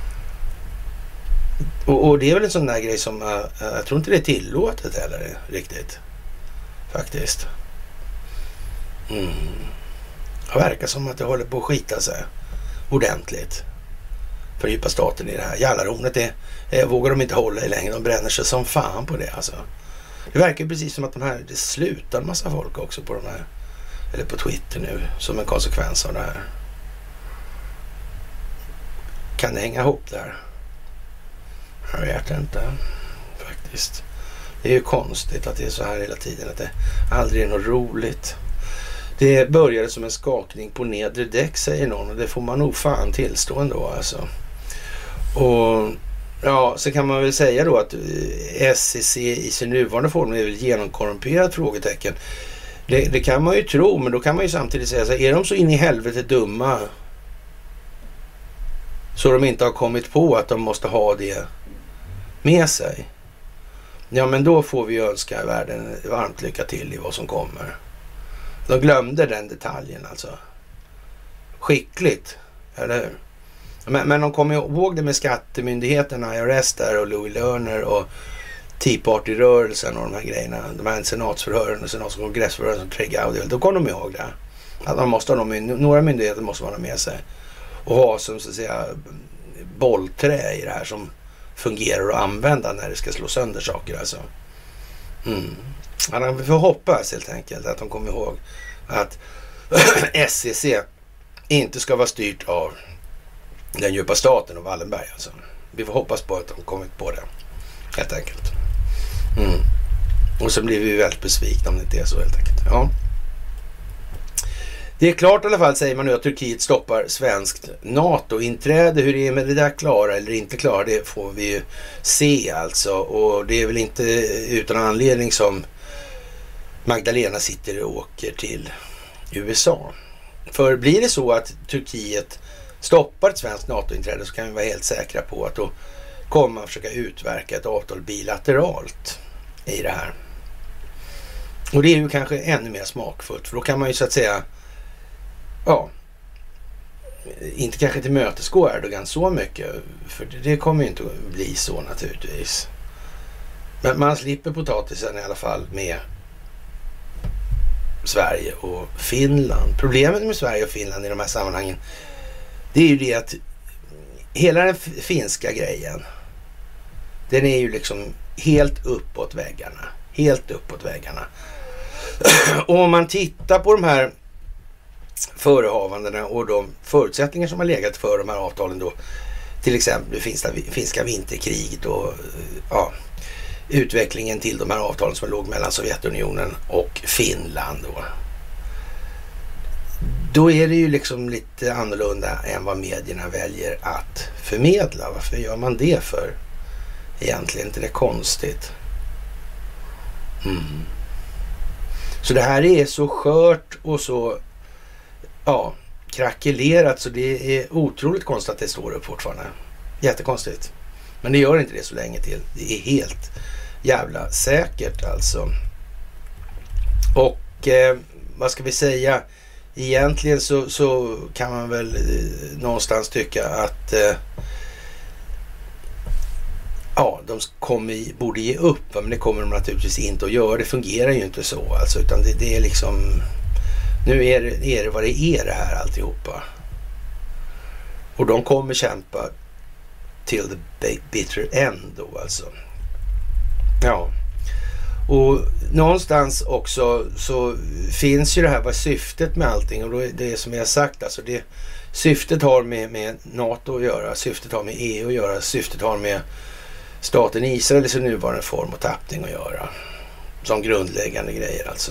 Och det är väl en sån där grej som jag tror inte det är tillåtet heller riktigt. Faktiskt. Det verkar som att det håller på att skita sig ordentligt för djupa staten i det här. Jallarhornet vågar de inte hålla i längre. De bränner sig som fan på det alltså. Det verkar precis som att det slutar en massa folk också på de här, eller på Twitter nu, som en konsekvens av det här. Kan det hänga ihop där? Jag vet inte faktiskt. Det är ju konstigt att det är så här hela tiden, att det aldrig är något roligt. Det började som en skakning på nedre däck, säger någon, och det får man nog fan tillstå ändå alltså. Och ja, så kan man väl säga då att SEC i sin nuvarande form är väl genomkorrumperat, frågetecken. Det kan man ju tro, men då kan man ju samtidigt säga så här, är de så in i helvete dumma så de inte har kommit på att de måste ha det med sig? Ja, men då får vi önska världen varmt lycka till i vad som kommer. De glömde den detaljen alltså. Skickligt, eller hur? Men de kommer ihåg det med skattemyndigheterna, IRS där, och Louis Lerner och Tea Party-rörelsen och de här grejerna. De här senatsförhören och senatskongressförhören som Trey Gowdy. Då kommer de ihåg det. Att de måste ha några myndigheter måste vara med sig. Och ha som så att säga bollträ i det här som fungerar att använda när det ska slå sönder saker alltså. Vi får hoppas helt enkelt att de kommer ihåg att SEC inte ska vara styrt av den djupa staten och Wallenberg alltså. Vi får hoppas på att de kommit på det helt enkelt. Och så blir vi väldigt besvikna om det inte är så helt enkelt. Ja. Det är klart i alla fall, säger man nu, att Turkiet stoppar svenskt NATO-inträde. Hur det är med det där, klara eller inte klara, det får vi ju se alltså. Och det är väl inte utan anledning som Magdalena sitter och åker till USA. För blir det så att Turkiet stoppar ett svenskt NATO-inträde, så kan vi vara helt säkra på att då kommer man försöka utverka ett avtal bilateralt i det här. Och det är ju kanske ännu mer smakfullt, för då kan man ju så att säga inte kanske tillmötesgå Erdogan så mycket, för det kommer ju inte att bli så naturligtvis. Men man slipper potatisen i alla fall med Sverige och Finland. Problemet med Sverige och Finland i de här sammanhangen, det är ju det att hela den finska grejen, den är ju liksom helt uppåt väggarna. Helt uppåt väggarna. Och om man tittar på de här förehavandena och de förutsättningar som har legat för de här avtalen då, till exempel finska vinterkriget och utvecklingen till de här avtalen som låg mellan Sovjetunionen och Finland då är det ju liksom lite annorlunda än vad medierna väljer att förmedla. Varför gör man det för? Egentligen inte det konstigt. Så det här är så skört och så krackelerat, så det är otroligt konstigt att det står upp fortfarande. Jättekonstigt. Men det gör inte det så länge till. Det är helt jävla säkert alltså. Och vad ska vi säga? Egentligen så kan man väl någonstans tycka att de borde ge upp, men det kommer de naturligtvis inte att göra. Det fungerar ju inte så alltså, utan det är liksom, nu är det vad det är det här alltihopa. Och de kommer kämpa till the bitter end då alltså. Ja. Och någonstans också så finns ju det här, vad syftet med allting, och då är det som jag har sagt, alltså det syftet har med NATO att göra, syftet har med EU att göra, syftet har med staten Israel i sin nuvarande form och tappning att göra. Som grundläggande grejer alltså.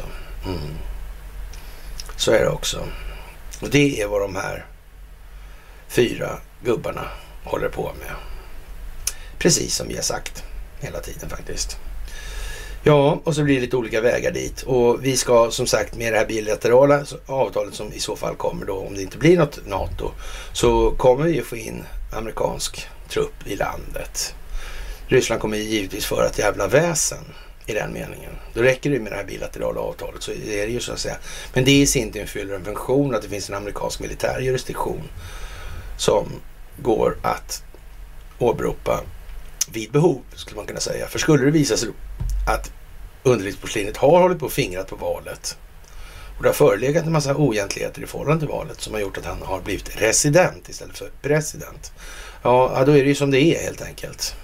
Så är det också. Och det är vad de här 4 gubbarna håller på med. Precis som vi har sagt hela tiden faktiskt. Ja, och så blir det lite olika vägar dit. Och vi ska som sagt med det här bilaterala avtalet som i så fall kommer då, om det inte blir något NATO, så kommer vi ju få in amerikansk trupp i landet. Ryssland kommer givetvis föra ett jävla väsen i den meningen. Då räcker det med det här bilaterala avtalet, så är det ju så att säga. Men det i sin tur fyller en funktion att det finns en amerikansk militär jurisdiktion som går att åberopa vid behov, skulle man kunna säga. För skulle det visa sig att underlivsporslinet har hållit på och fingrat på valet och det har förelegat en massa oegentligheter i förhållande till valet som har gjort att han har blivit resident istället för president. Ja, då är det ju som det är helt enkelt.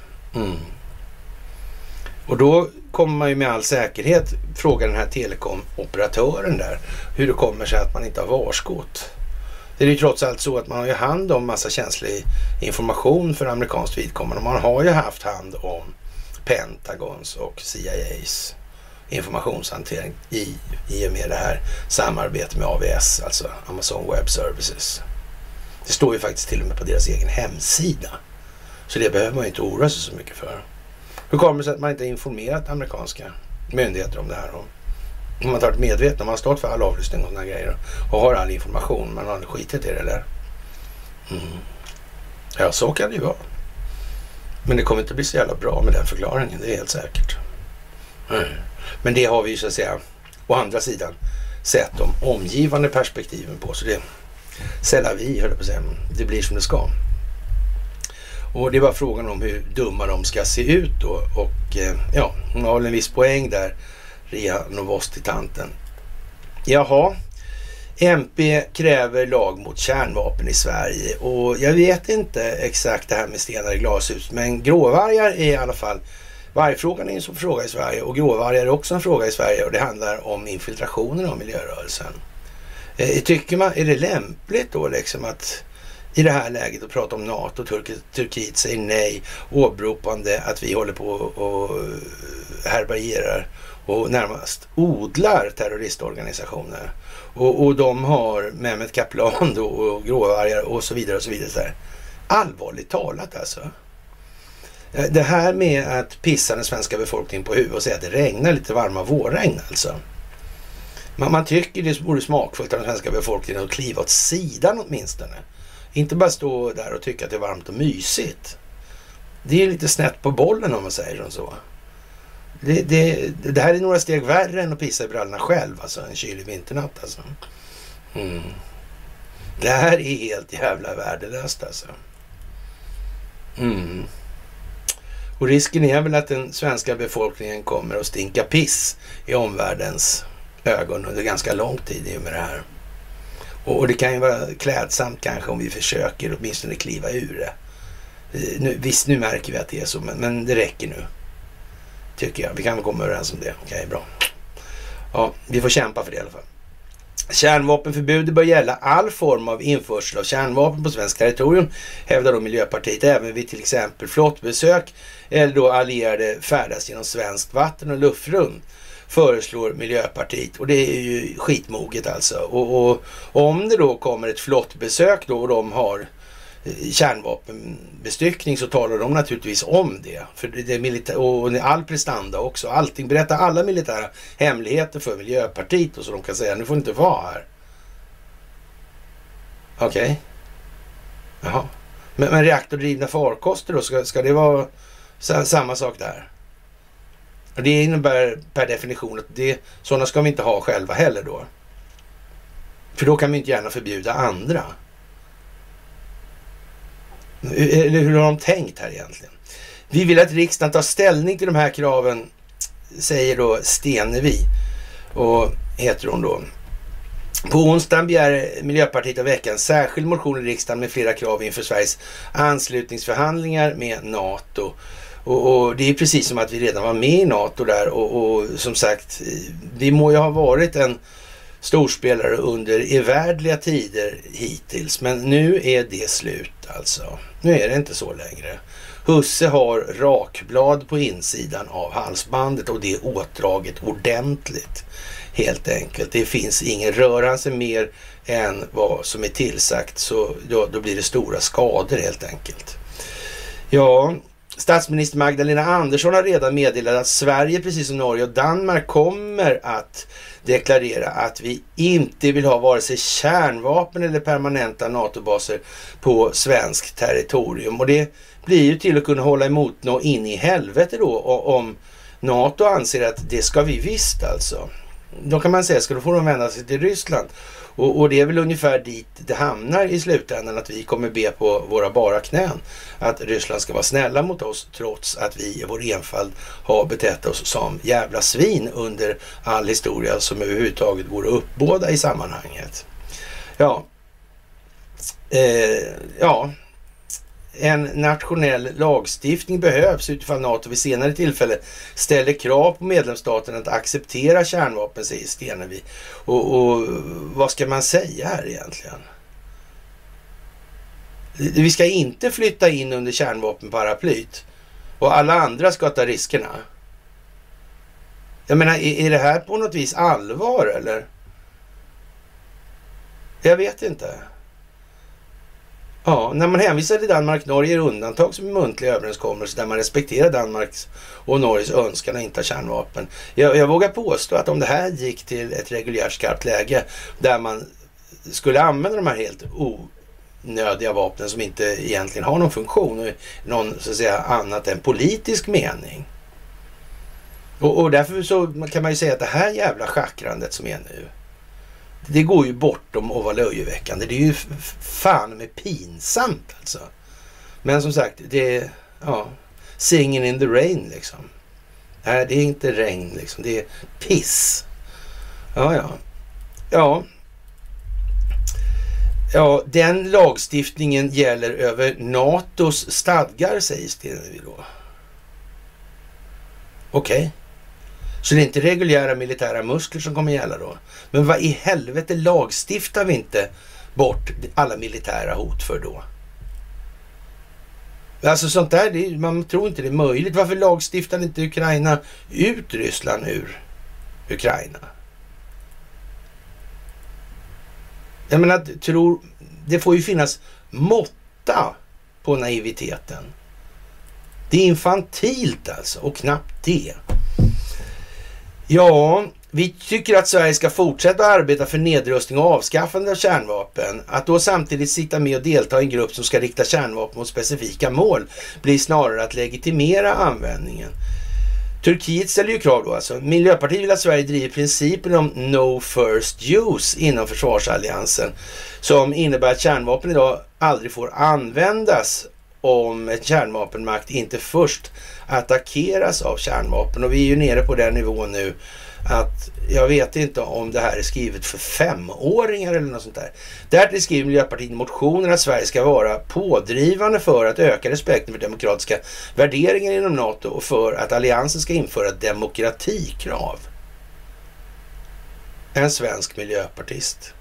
Och då kommer man ju med all säkerhet fråga den här telekomoperatören där hur det kommer sig att man inte har varskott. Det är ju trots allt så att man har ju hand om massa känslig information för amerikanskt vidkommande. Man har ju haft hand om Pentagons och CIAs informationshantering i och med det här samarbetet med AWS, alltså Amazon Web Services. Det står ju faktiskt till och med på deras egen hemsida. Så det behöver man ju inte oroa sig så mycket för. Hur kommer det sig att man inte har informerat amerikanska myndigheter om det här? Om man tar ett medvetna, man har stått för all avlyssning och sådana grejer och har all information, man har skitit i det där. Ja, så kan det ju vara. Men det kommer inte bli så jävla bra med den förklaringen, det är helt säkert. Men det har vi ju så att säga å andra sidan sett de omgivande perspektiven på, så det sällar vi, höll jag på att säga, det blir som det ska. Och det är bara frågan om hur dumma de ska se ut då. Och ja, hon har väl en viss poäng där, Ria Novosti-tanten. Jaha, MP kräver lag mot kärnvapen i Sverige. Och jag vet inte exakt det här med stenar i glashus, men gråvargar är i alla fall, vargfrågan är en sån fråga i Sverige och gråvargar är också en fråga i Sverige, och det handlar om infiltrationen av miljörörelsen. Tycker man, är det lämpligt då liksom att i det här läget att prata om NATO, Turkiet säger nej, åberopande att vi håller på och härbärgerar och närmast odlar terroristorganisationer. Och de har Mehmet Kaplan då, och gråvargar och så vidare och så vidare. Så här. Allvarligt talat alltså. Det här med att pissa den svenska befolkningen på huvudet och säga att det regnar lite varma vårregn alltså. Man tycker det vore smakfullt av den svenska befolkningen att kliva åt sidan åtminstone. Inte bara stå där och tycka att det är varmt och mysigt. Det är lite snett på bollen om man säger som så. Det här är några steg värre än att pissa i brallorna själv, alltså en kylig vinternatt alltså. Det här är helt jävla värdelöst alltså. Och risken är väl att den svenska befolkningen kommer att stinka piss i omvärldens ögon under ganska lång tid i och med det här. Och det kan ju vara klädsamt kanske om vi försöker åtminstone kliva ur det. Visst, nu märker vi att det är så, men det räcker nu. Tycker jag. Vi kan väl komma överens om det. Okej, bra. Ja, vi får kämpa för det i alla fall. Kärnvapenförbudet bör gälla all form av införsel av kärnvapen på svensk territorium, hävdar då Miljöpartiet, även vid till exempel flottbesök eller då allierade färdas genom svenskt vatten och luftrum, föreslår Miljöpartiet. Och det är ju skitmoget alltså. Och om det då kommer ett flottbesök då och de har kärnvapenbestyckning, så talar de naturligtvis om det. För det är militär, och all prestanda också. Allting, berättar alla militära hemligheter för Miljöpartiet och så de kan säga, nu får inte vara här. Okej. Jaha. Men reaktordrivna farkoster då, ska det vara samma sak där? Och det innebär per definition att sådana ska vi inte ha själva heller då. För då kan vi inte gärna förbjuda andra. Eller hur har de tänkt här egentligen? Vi vill att riksdagen tar ställning till de här kraven, säger då Stenevi. Och heter hon då. På onsdagen begär Miljöpartiet av veckan särskild motion i riksdagen med flera krav inför Sveriges anslutningsförhandlingar med NATO. Och det är precis som att vi redan var med i NATO där och som sagt, vi må ju ha varit en storspelare under evärdliga tider hittills, men nu är det slut alltså. Nu är det inte så längre. Husse har rakblad på insidan av halsbandet och det är åtdraget ordentligt helt enkelt. Det finns ingen rörelse mer än vad som är tillsagt, så då blir det stora skador helt enkelt. Ja, statsminister Magdalena Andersson har redan meddelat att Sverige, precis som Norge och Danmark, kommer att deklarera att vi inte vill ha vare sig kärnvapen eller permanenta NATO-baser på svenskt territorium. Och det blir ju till att kunna hålla emot nå in i helvete då om NATO anser att det ska vi visst alltså. Då kan man säga, ska då får de vända sig till Ryssland. Och det är väl ungefär dit det hamnar i slutändan, att vi kommer be på våra bara knän att Ryssland ska vara snälla mot oss, trots att vi i vår enfald har betett oss som jävla svin under all historia som överhuvudtaget går att uppbåda i sammanhanget. En nationell lagstiftning behövs utifall NATO vid senare tillfälle ställer krav på medlemsstaterna att acceptera kärnvapen, säger Stenevi. Och vad ska man säga här egentligen? Vi ska inte flytta in under kärnvapenparaplyt och alla andra ska ta riskerna. Jag menar, är det här på något vis allvar eller? Jag vet inte. Ja, när man hänvisar till Danmark-Norge är undantag som en muntlig överenskommelse där man respekterar Danmarks och Norges önskan att inte ha kärnvapen. Jag vågar påstå att om det här gick till ett reguljärt skarpt läge där man skulle använda de här helt onödiga vapnen som inte egentligen har någon funktion och någon så att säga annat än politisk mening. Och därför så kan man ju säga att det här jävla schackrandet som är nu, det går ju bortom att vara löjeväckande. Det är ju fan med pinsamt alltså. Men som sagt, det är singing in the rain liksom. Nej, det är inte regn liksom. Det är piss. Ja, den lagstiftningen gäller över NATOs stadgar, säger Stenevi då. Okej. Så det är inte reguljära militära muskler som kommer gälla då. Men vad i helvete lagstiftar vi inte bort alla militära hot för då? Alltså sånt där, man tror inte det är möjligt. Varför lagstiftar inte Ukraina ut Ryssland ur Ukraina? Jag menar, det får ju finnas måtta på naiviteten. Det är infantilt alltså, och knappt det. Ja, vi tycker att Sverige ska fortsätta att arbeta för nedrustning och avskaffande av kärnvapen. Att då samtidigt sitta med och delta i en grupp som ska rikta kärnvapen mot specifika mål blir snarare att legitimera användningen. Turkiet ställer ju krav då alltså. Miljöpartiet vill att Sverige driver principen om no first use inom försvarsalliansen, som innebär att kärnvapen idag aldrig får användas om en kärnvapenmakt inte först attackeras av kärnvapen. Och vi är ju nere på den nivån nu att jag vet inte om det här är skrivet för 5-åringar eller något sånt där. Därtill skriver Miljöpartiet i motionen att Sverige ska vara pådrivande för att öka respekten för demokratiska värderingar inom NATO och för att alliansen ska införa demokratikrav. En svensk miljöpartist.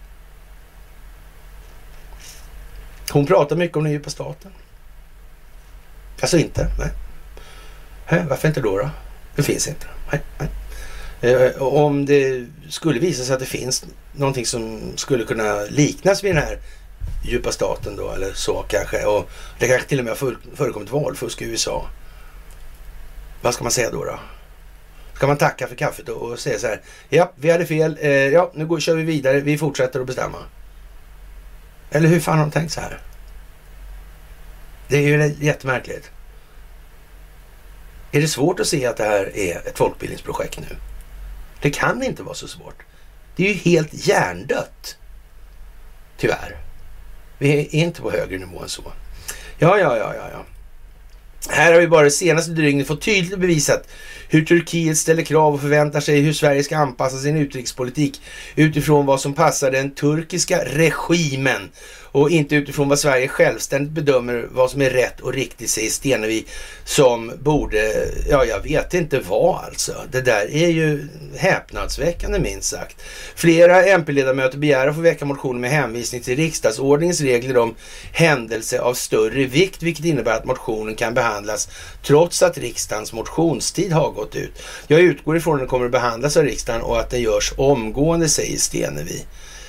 Hon pratar mycket om den djupa staten. Alltså inte, nej. Varför inte då? Det finns inte. Nej. Om det skulle visa sig att det finns någonting som skulle kunna liknas vid den här djupa staten då, eller så kanske, och det kanske till och med har förekommit valfusk i USA. Vad ska man säga då? Ska man tacka för kaffet och säga så här: ja, vi hade fel, nu kör vi vidare, vi fortsätter att bestämma. Eller hur fan har de tänkt så här? Det är ju jättemärkligt. Är det svårt att se att det här är ett folkbildningsprojekt nu? Det kan inte vara så svårt. Det är ju helt hjärndött. Tyvärr. Vi är inte på högre nivå än så. Ja. Här har vi bara det senaste dygnet fått tydligt bevisat hur Turkiet ställer krav och förväntar sig hur Sverige ska anpassa sin utrikespolitik utifrån vad som passar den turkiska regimen och inte utifrån vad Sverige självständigt bedömer vad som är rätt och riktigt, säger Stenevi, som borde, ja jag vet inte vad alltså. Det där är ju häpnadsväckande minst sagt. Flera MP-ledamöter begär att få väcka motioner med hänvisning till riksdagsordningens regler om händelse av större vikt, vilket innebär att motionen kan behandlas trots att riksdagens motionstid har gått ut. Jag utgår ifrån att den kommer att behandlas av riksdagen och att det görs omgående, säger Stenevi.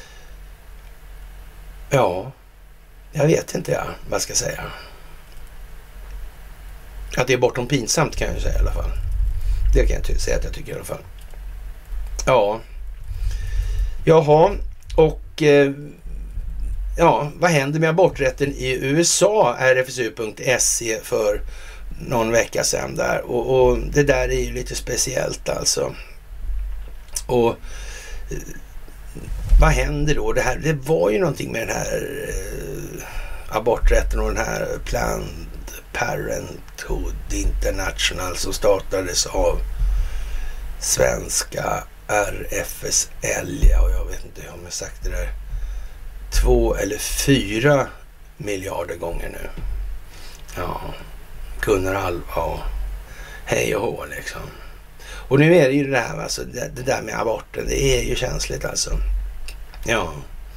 Ja, jag vet inte vad jag ska säga. Att det är bortom pinsamt kan jag ju säga i alla fall. Det kan jag säga att jag tycker i alla fall. Ja. Jaha, och ja, vad händer med aborträtten i USA? RFSU.se för någon vecka sedan där. Och det där är ju lite speciellt alltså. Och vad händer då? Det var ju någonting med den här aborträtten och den här Planned Parenthood International som startades av svenska RFSL. Och jag vet inte om jag sagt det där 2 eller 4 miljarder gånger nu. Ja, Gunnar Alva, hej och hå liksom. Och nu är det ju det här alltså, det där med aborten, det är ju känsligt alltså. Ja,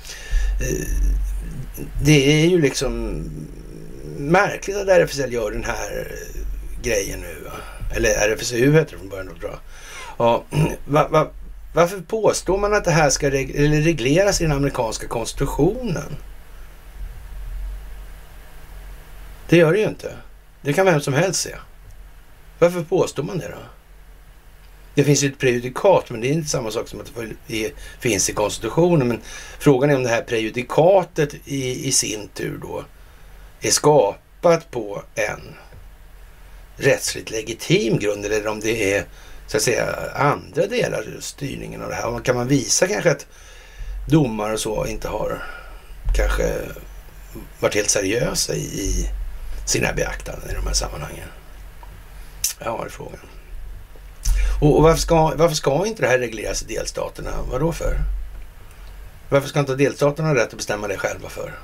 det är ju liksom märkligt att RFSL gör den här grejen nu, va? Eller RFSU heter det från början då, tror jag. Ja, varför påstår man att det här ska regleras i den amerikanska konstitutionen? Det gör det ju inte. Det kan vem som helst se. Varför påstår man det då? Det finns ju ett prejudikat, men det är inte samma sak som att det finns i konstitutionen. Men frågan är om det här prejudikatet i sin tur då är skapat på en rättsligt legitim grund, eller om det är så att säga andra delar av styrningen av det här. Kan man visa kanske att domar och så inte har kanske varit helt seriösa i sina beaktanden i de här sammanhangen? Ja, det är frågan. Och varför ska inte det här regleras i delstaterna? Vad då för? Varför ska inte delstaterna ha rätt att bestämma det själva för?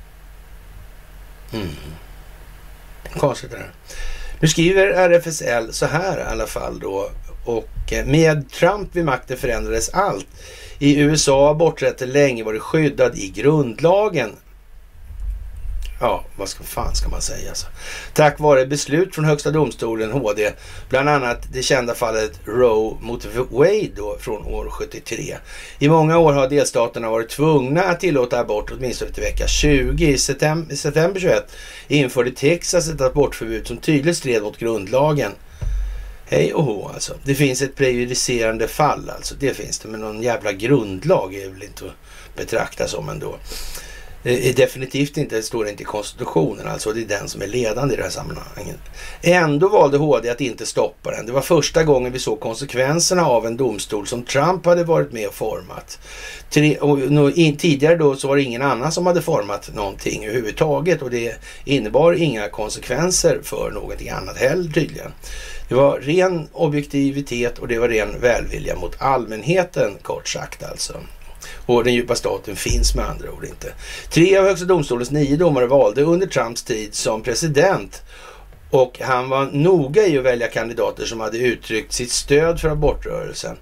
Konstigt det här. Nu skriver RFSL så här i alla fall då. Och med Trump vid makten förändrades allt. I USA har aborträtten länge varit skyddad i grundlagen. Ja, vad fan ska man säga alltså? Tack vare beslut från högsta domstolen HD, bland annat det kända fallet Roe mot Wade då, från år 73. I många år har delstaterna varit tvungna att tillåta abort åtminstone till vecka 20. I september 21 införde Texas ett abortförbud som tydligt stred mot grundlagen. Hej och hå alltså. Det finns ett prejudicerande fall alltså. Det finns det, men någon jävla grundlag är väl inte att betrakta som ändå. Det är definitivt inte, det står inte i konstitutionen alltså, det är den som är ledande i det här sammanhanget. Ändå valde HD att inte stoppa den. Det var första gången vi såg konsekvenserna av en domstol som Trump hade varit med och format. Tidigare då så var det ingen annan som hade format någonting överhuvudtaget, och det innebar inga konsekvenser för någonting annat heller tydligen. Det var ren objektivitet och det var ren välvilja mot allmänheten, kort sagt alltså. Och den djupa staten finns med andra ord inte. 3 av högsta domstolens 9 domare valde under Trumps tid som president, och han var noga i att välja kandidater som hade uttryckt sitt stöd för abortrörelsen.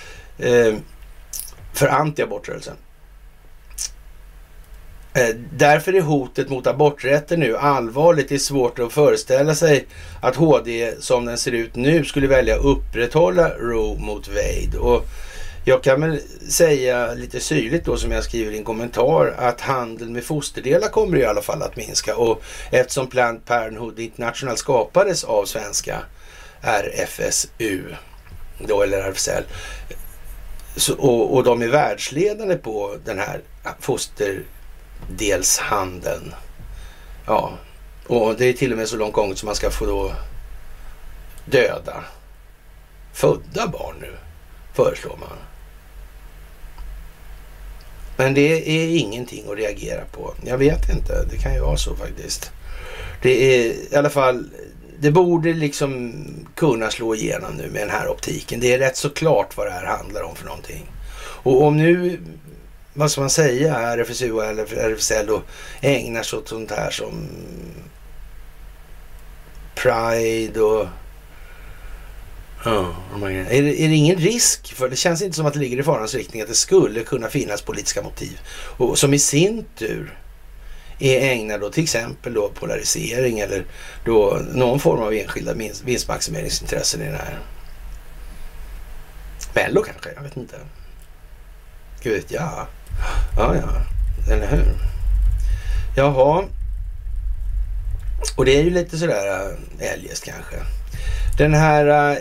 För anti-abortrörelsen. Därför är hotet mot aborträtten nu allvarligt. Det är svårt att föreställa sig att HD som den ser ut nu skulle välja att upprätthålla Roe mot Wade. Och jag kan väl säga lite syrligt då, som jag skriver i en kommentar, att handeln med fosterdelar kommer i alla fall att minska, och eftersom Planned Parenthood International skapades av svenska RFSU då, eller RFSL, och de är världsledande på den här fosterdelshandeln. Ja, och det är till och med så långt gånget som man ska få då döda födda barn nu, föreslår man. Men det är ingenting att reagera på. Jag vet inte, det kan ju vara så faktiskt. Det är i alla fall, det borde liksom kunna slå igenom nu med den här optiken. Det är rätt så klart vad det här handlar om för någonting. Och om nu vad ska man säga, RFSU eller RFSL då ägnar sig åt sånt här som Pride och är det ingen risk? För det känns inte som att det ligger i farans riktning att det skulle kunna finnas politiska motiv och som i sin tur är ägnad då till exempel då polarisering eller då någon form av enskilda vinstmaximeringsintressen i det här. Mello kanske, jag vet inte. Gud, ja. Ja, eller hur? Jaha. Och det är ju lite sådär eljest kanske. Den här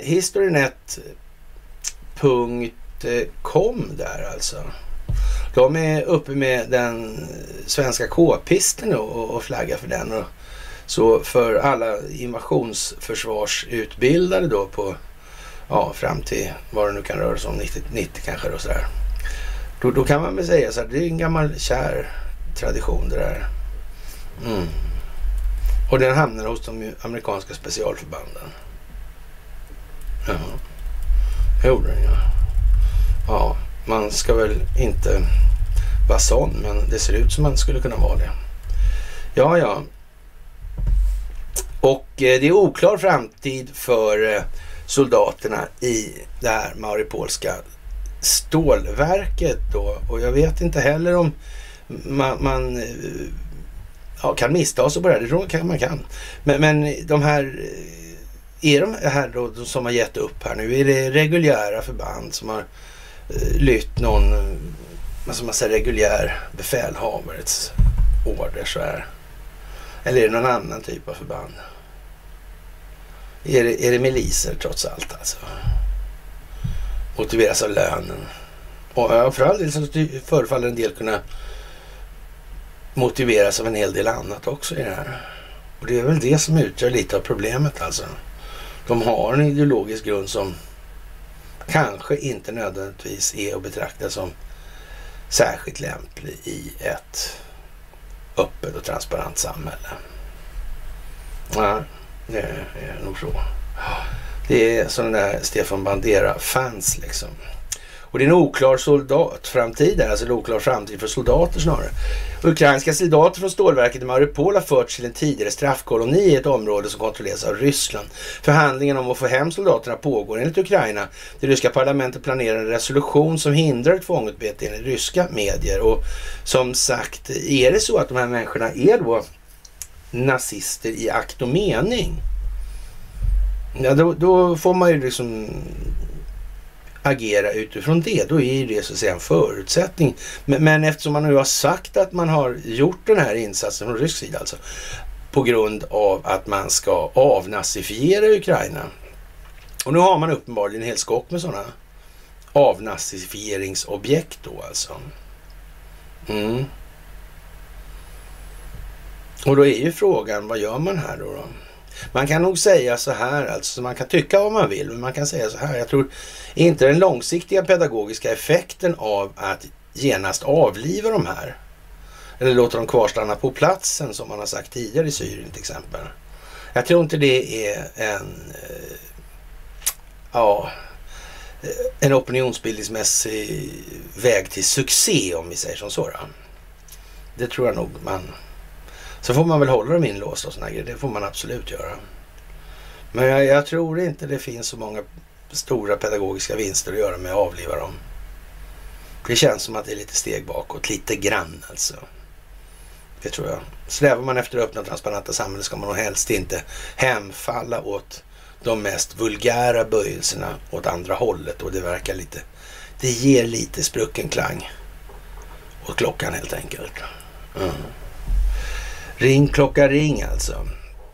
historynet.com där alltså. De är uppe med den svenska K-pisten och flaggar för den. Och så för alla invasionsförsvarsutbildade då på fram till vad det nu kan röra sig om 90 kanske då sådär. Då kan man väl säga så här, det är en gammal kär tradition det där. Och den hamnar hos de amerikanska specialförbanden. Ja, gjorde den ja. Ja, man ska väl inte vara sån, men det ser ut som man skulle kunna vara det. Ja. Och det är oklar framtid för soldaterna i det här Mariupolska stålverket då. Och jag vet inte heller om man kan missta sig på det här. Det tror jag man kan. Men de här är de här då som har gett upp här nu? Är det reguljära förband som har lytt någon som man säger reguljär befälhavarets order så här? Eller är det någon annan typ av förband? Är det miliser trots allt alltså? Motiveras av lönen. Och för all del så förefaller en del kunna motiveras av en hel del annat också i det här. Och det är väl det som utgör lite av problemet alltså. De har en ideologisk grund som kanske inte nödvändigtvis är att betrakta som särskilt lämplig i ett öppet och transparent samhälle. Ja, det är nog så. Det är sådana där Stefan Bandera-fans liksom. Och det är en oklar soldatframtid där, alltså en oklar framtid för soldater snarare. Ukrainska soldater från stålverket i Mariupol har förts till en tidigare straffkoloni i ett område som kontrolleras av Ryssland. Förhandlingen om att få hem soldaterna pågår enligt Ukraina. Det ryska parlamentet planerar en resolution som hindrar ett fångutbyte enligt ryska medier. Och som sagt, är det så att de här människorna är då nazister i akt och mening? Ja, då får man ju liksom agera utifrån det. Då är det så att säga en förutsättning. Men eftersom man nu har sagt att man har gjort den här insatsen från rysk sida alltså på grund av att man ska avnazifiera Ukraina. Och nu har man uppenbarligen en hel skock med sådana avnazifieringsobjekt då alltså. Och då är ju frågan, vad gör man här då? Man kan nog säga så här, alltså man kan tycka vad man vill, men man kan säga så här, jag tror inte den långsiktiga pedagogiska effekten av att genast avliva de här, eller låta dem kvarstanna på platsen som man har sagt tidigare i Syrien till exempel. Jag tror inte det är en opinionsbildningsmässig väg till succé om vi säger som så. Det tror jag nog man... Så får man väl hålla dem inlåsta och såna grejer. Det får man absolut göra. Men jag tror inte det finns så många stora pedagogiska vinster att göra med att avliva dem. Det känns som att det är lite steg bakåt. Lite grann alltså. Det tror jag. Strävar man efter att öppna transparenta samhället ska man nog helst inte hemfalla åt de mest vulgära böjelserna åt andra hållet. Och det verkar lite... Det ger lite sprucken klang åt klockan helt enkelt. Ring klocka ring alltså.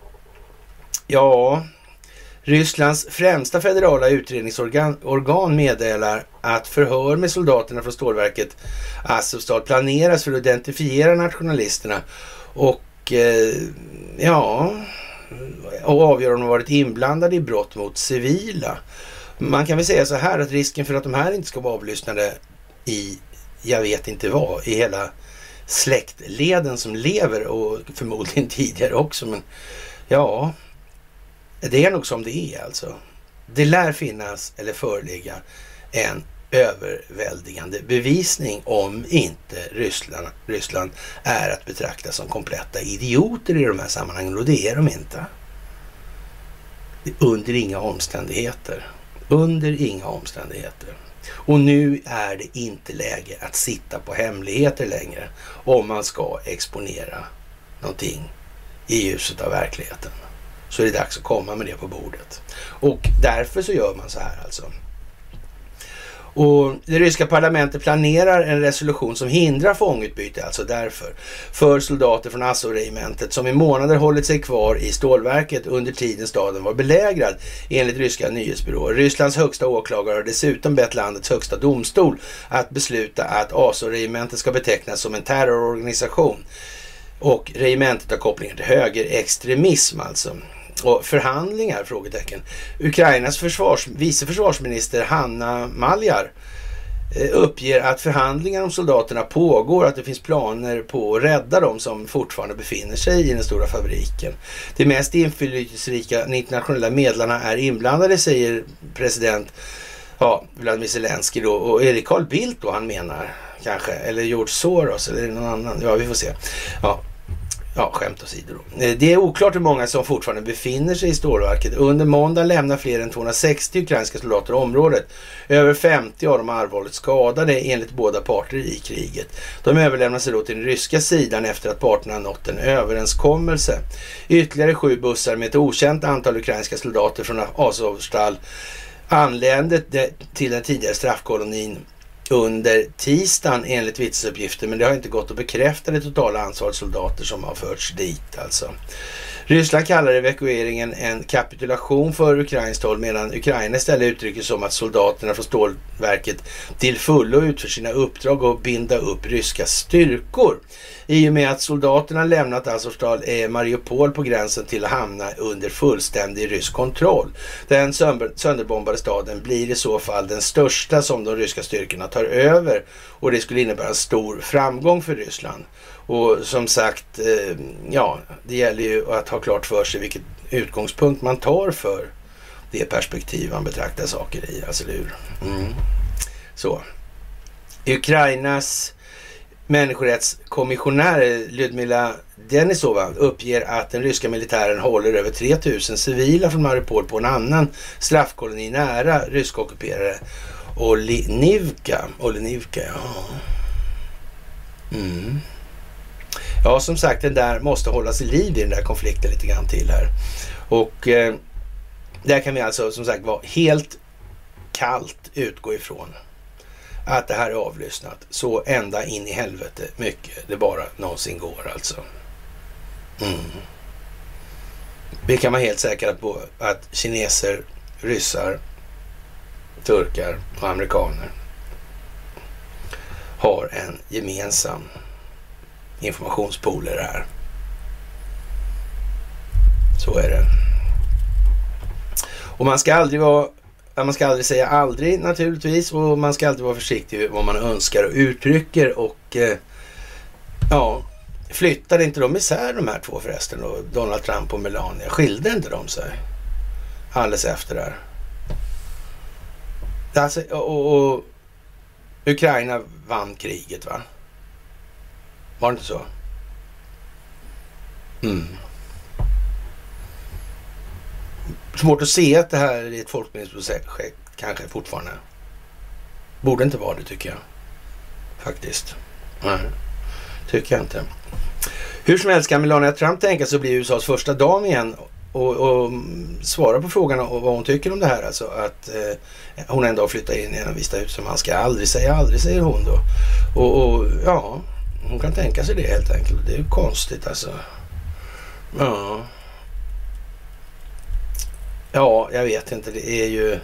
Ja, Rysslands främsta federala utredningsorgan meddelar att förhör med soldaterna från stålverket Azovstal planeras för att identifiera nationalisterna och avgöra om de varit inblandade i brott mot civila. Man kan väl säga så här att risken för att de här inte ska vara avlyssnade i, jag vet inte vad, i hela släktleden som lever och förmodligen tidigare också, men ja, det är nog som det är alltså. Det lär finnas eller föreligga en överväldigande bevisning om inte Ryssland är att betrakta som kompletta idioter i de här sammanhangen, och det är de inte. Under inga omständigheter. Under inga omständigheter. Och nu är det inte läge att sitta på hemligheter längre om man ska exponera någonting i ljuset av verkligheten. Så är det dags att komma med det på bordet. Och därför så gör man så här alltså. Och det ryska parlamentet planerar en resolution som hindrar fångutbyte, alltså därför, för soldater från Azov-regementet som i månader hållit sig kvar i stålverket under tiden staden var belägrad, enligt ryska nyhetsbyråer. Rysslands högsta åklagare har dessutom bett landets högsta domstol att besluta att Azov-regementet ska betecknas som en terrororganisation. Och regementet har kopplingar till högerextremism alltså. Och förhandlingar, frågetecken. Ukrainas vice försvarsminister Hanna Maliar uppger att förhandlingar om soldaterna pågår, att det finns planer på att rädda dem som fortfarande befinner sig i den stora fabriken. De mest inflytelserika internationella medlarna är inblandade, säger president Vladimir Zelensky då, och är det Carl Bildt då han menar kanske, eller George Soros eller någon annan, ja vi får se. Ja, skämt åsido då. Det är oklart hur många som fortfarande befinner sig i stålverket. Under måndag lämnar fler än 260 ukrainska soldater området. Över 50 av dem är allvarligt skadade enligt båda parter i kriget. De överlämnar sig då till den ryska sidan efter att parterna har nått en överenskommelse. Ytterligare 7 bussar med ett okänt antal ukrainska soldater från Azovstal anlände till den tidigare straffkolonin under tisdagen enligt vittnesuppgifter, men det har inte gått att bekräfta det totala antalet soldater som har förts dit alltså. Ryssland kallar evakueringen en kapitulation för ukrainskt håll, medan Ukraina istället uttrycker som att soldaterna från stålverket till fullo utför sina uppdrag och binda upp ryska styrkor. I och med att soldaterna lämnat Azovstal är Mariupol på gränsen till att hamna under fullständig rysk kontroll. Den sönderbombade staden blir i så fall den största som de ryska styrkorna tar över, och det skulle innebära en stor framgång för Ryssland. Och som sagt, det gäller ju att ha klart för sig vilket utgångspunkt man tar för det perspektiv man betraktar saker i, alltså hur. Så. Ukrainas människorättskommissionär Lyudmila Denisova uppger att den ryska militären håller över 3000 civila från Mariupol på en annan straffkoloni nära ryskockuperade Olenivka, ja. Ja, som sagt, den där måste hållas i liv i den där konflikten lite grann till här. Och där kan vi alltså som sagt vara helt kallt utgå ifrån att det här är avlyssnat så ända in i helvete mycket det bara någonsin går alltså. Vi kan vara helt säkra på att kineser, ryssar, turkar och amerikaner har en gemensam informationspool i det här. Så är det. Och man ska aldrig säga aldrig naturligtvis, och man ska alltid vara försiktig med vad man önskar och uttrycker, och flyttade inte de isär de här två förresten, och Donald Trump och Melania, skilde inte de sig alldeles efter där? Alltså, och Ukraina vann kriget, va? Var det inte så? Svårt att se att det här är ett folkbildningsprojekt kanske fortfarande. Borde inte vara det, tycker jag. Faktiskt. Nej, tycker jag inte. Hur som helst kan Melania Trump tänka sig att bli USAs första dam igen och svara på frågan om vad hon tycker om det här. Alltså att hon ändå flyttar in i en Vita hus som man ska aldrig säga aldrig, säger hon då. Och hon kan tänka sig det helt enkelt. Det är ju konstigt alltså. Ja, jag vet inte. Det är ju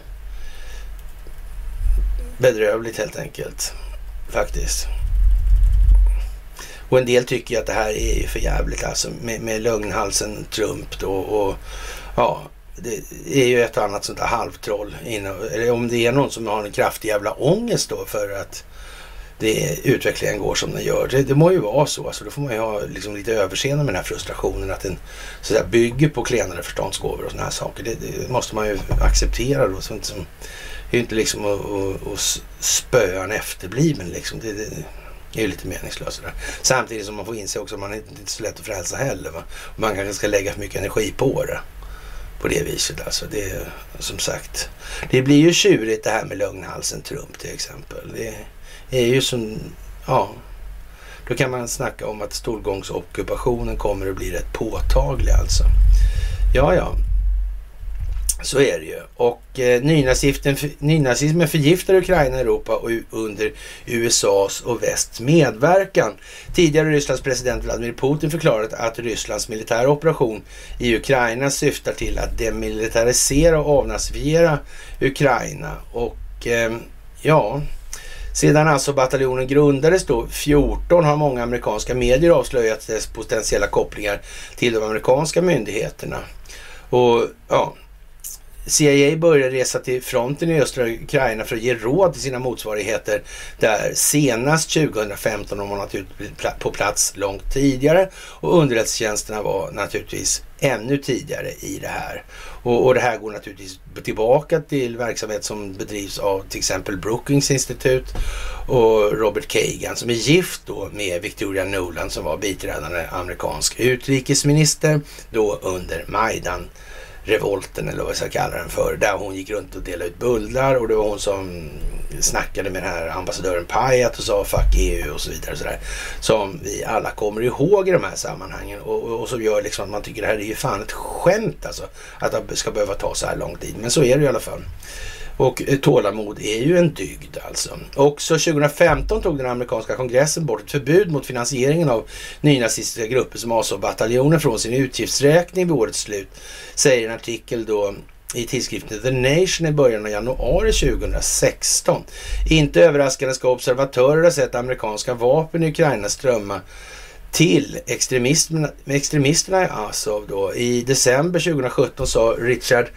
bedrövligt helt enkelt. Faktiskt. Och en del tycker att det här är ju för jävligt alltså. Med lögnhalsen Trump då. Och det är ju ett annat sånt där halvtroll. Eller om det är någon som har en kraftig jävla ångest då för att utvecklingen går som den gör. Det må ju vara så. Alltså, då får man ju ha liksom lite överseende med den här frustrationen att den så där bygger på klenare förståndsgåvor och såna här saker. Det måste man ju acceptera då. Så inte som, det är ju inte liksom att spöa en efterbliven liksom. Det är ju lite meningslöst där. Samtidigt som man får inse också att man är inte så lätt att frälsa heller. Va? Man kanske ska lägga för mycket energi på det. På det viset alltså. Det är som sagt. Det blir ju tjurigt det här med lögnhalsen Trump till exempel. Det är ju som, ja. Då kan man snacka om att stålgångsockupationen kommer att bli rätt påtaglig alltså. Ja. Så är det ju. Och nynazismen förgiftar Ukraina, Europa och under USAs och västs medverkan. Tidigare Rysslands president Vladimir Putin förklarat att Rysslands militära operation i Ukraina syftar till att demilitarisera och avnazifiera Ukraina. Och sedan alltså bataljonen grundades då 14 har många amerikanska medier avslöjat dess potentiella kopplingar till de amerikanska myndigheterna. Och CIA började resa till fronten i östra Ukraina för att ge råd till sina motsvarigheter där senast 2015 och man naturligtvis på plats långt tidigare och underrättelsetjänsterna var naturligtvis ännu tidigare i det här. Och det här går naturligtvis tillbaka till verksamhet som bedrivs av till exempel Brookings institut och Robert Kagan som är gift då med Victoria Nuland som var biträdande amerikansk utrikesminister då under Majdan-revolten eller vad jag ska kalla den för. Där hon gick runt och delade ut bullar och det var hon som snackade med den här ambassadören Payat och sa fuck EU och så vidare och sådär. Som vi alla kommer ihåg i de här sammanhangen och som gör liksom att man tycker det här är ju fan ett skämt alltså. Att det ska behöva ta så här lång tid. Men så är det i alla fall. Och tålamod är ju en dygd alltså. Också 2015 tog den amerikanska kongressen bort ett förbud mot finansieringen av nynazistiska grupper som Azov-bataljonen från sin utgiftsräkning vid årets slut, säger en artikel då i tidskriften The Nation i början av januari 2016. Inte överraskande ska observatörer ha sett amerikanska vapen i Ukraina strömma till extremisterna i Azov då. I december 2017 sa Richard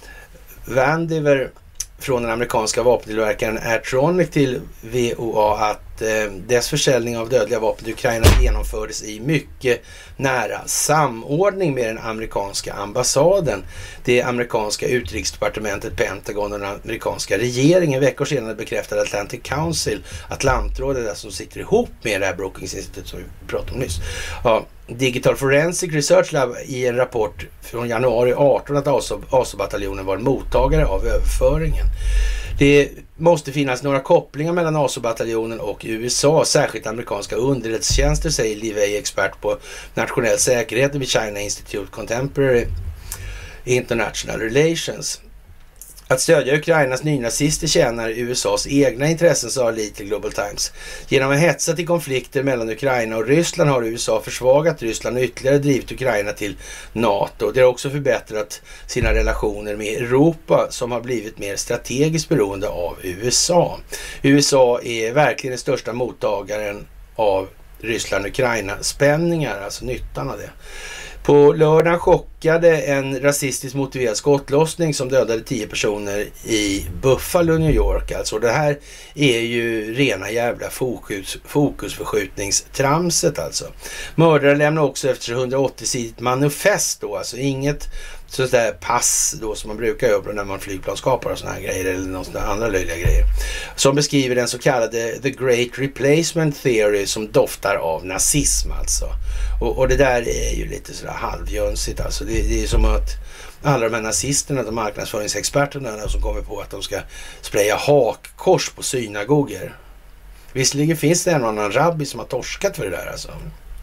Vandiver från den amerikanska vapentillverkaren Airtronic till VOA att dess försäljning av dödliga vapen till Ukraina genomfördes i mycket nära samordning med den amerikanska ambassaden, det amerikanska utrikesdepartementet, Pentagon och den amerikanska regeringen. Veckor senare bekräftade Atlantic Council, Atlantrådet där som sitter ihop med det här Brookings institut som vi pratade om nyss. Ja, Digital Forensic Research Lab i en rapport från januari 18 att Azov-bataljonen var mottagare av överföringen. Det måste finnas några kopplingar mellan Azov-bataljonen och USA, särskilt amerikanska underrättelsetjänster, säger Li Wei, expert på nationell säkerhet vid China Institute Contemporary International Relations. Att stödja Ukrainas nynazister tjänar USAs egna intressen, sa Li till Global Times. Genom att hetsa till konflikter mellan Ukraina och Ryssland har USA försvagat Ryssland och ytterligare drivit Ukraina till NATO. Det har också förbättrat sina relationer med Europa som har blivit mer strategiskt beroende av USA. USA är verkligen den största mottagaren av Ryssland-Ukraina-spänningar, alltså nyttan av det. På lördagen chockade en rasistiskt motiverad skottlossning som dödade 10 personer i Buffalo, New York. Alltså det här är ju rena jävla fokusförskjutningstramset alltså. Mördare lämnar också efter 180-sidigt manifest då, alltså inget sånt där pass då som man brukar göra när man flygplanskapar och såna här grejer eller några andra löjliga grejer. Som beskriver den så kallade The Great Replacement Theory som doftar av nazism alltså. Och det där är ju lite sådär halvjönsigt alltså. Det är som att alla de här nazisterna, de marknadsföringsexperterna som kommer på att de ska spraya hakkors på synagoger. Visserligen finns det en annan rabbi som har torskat för det där alltså.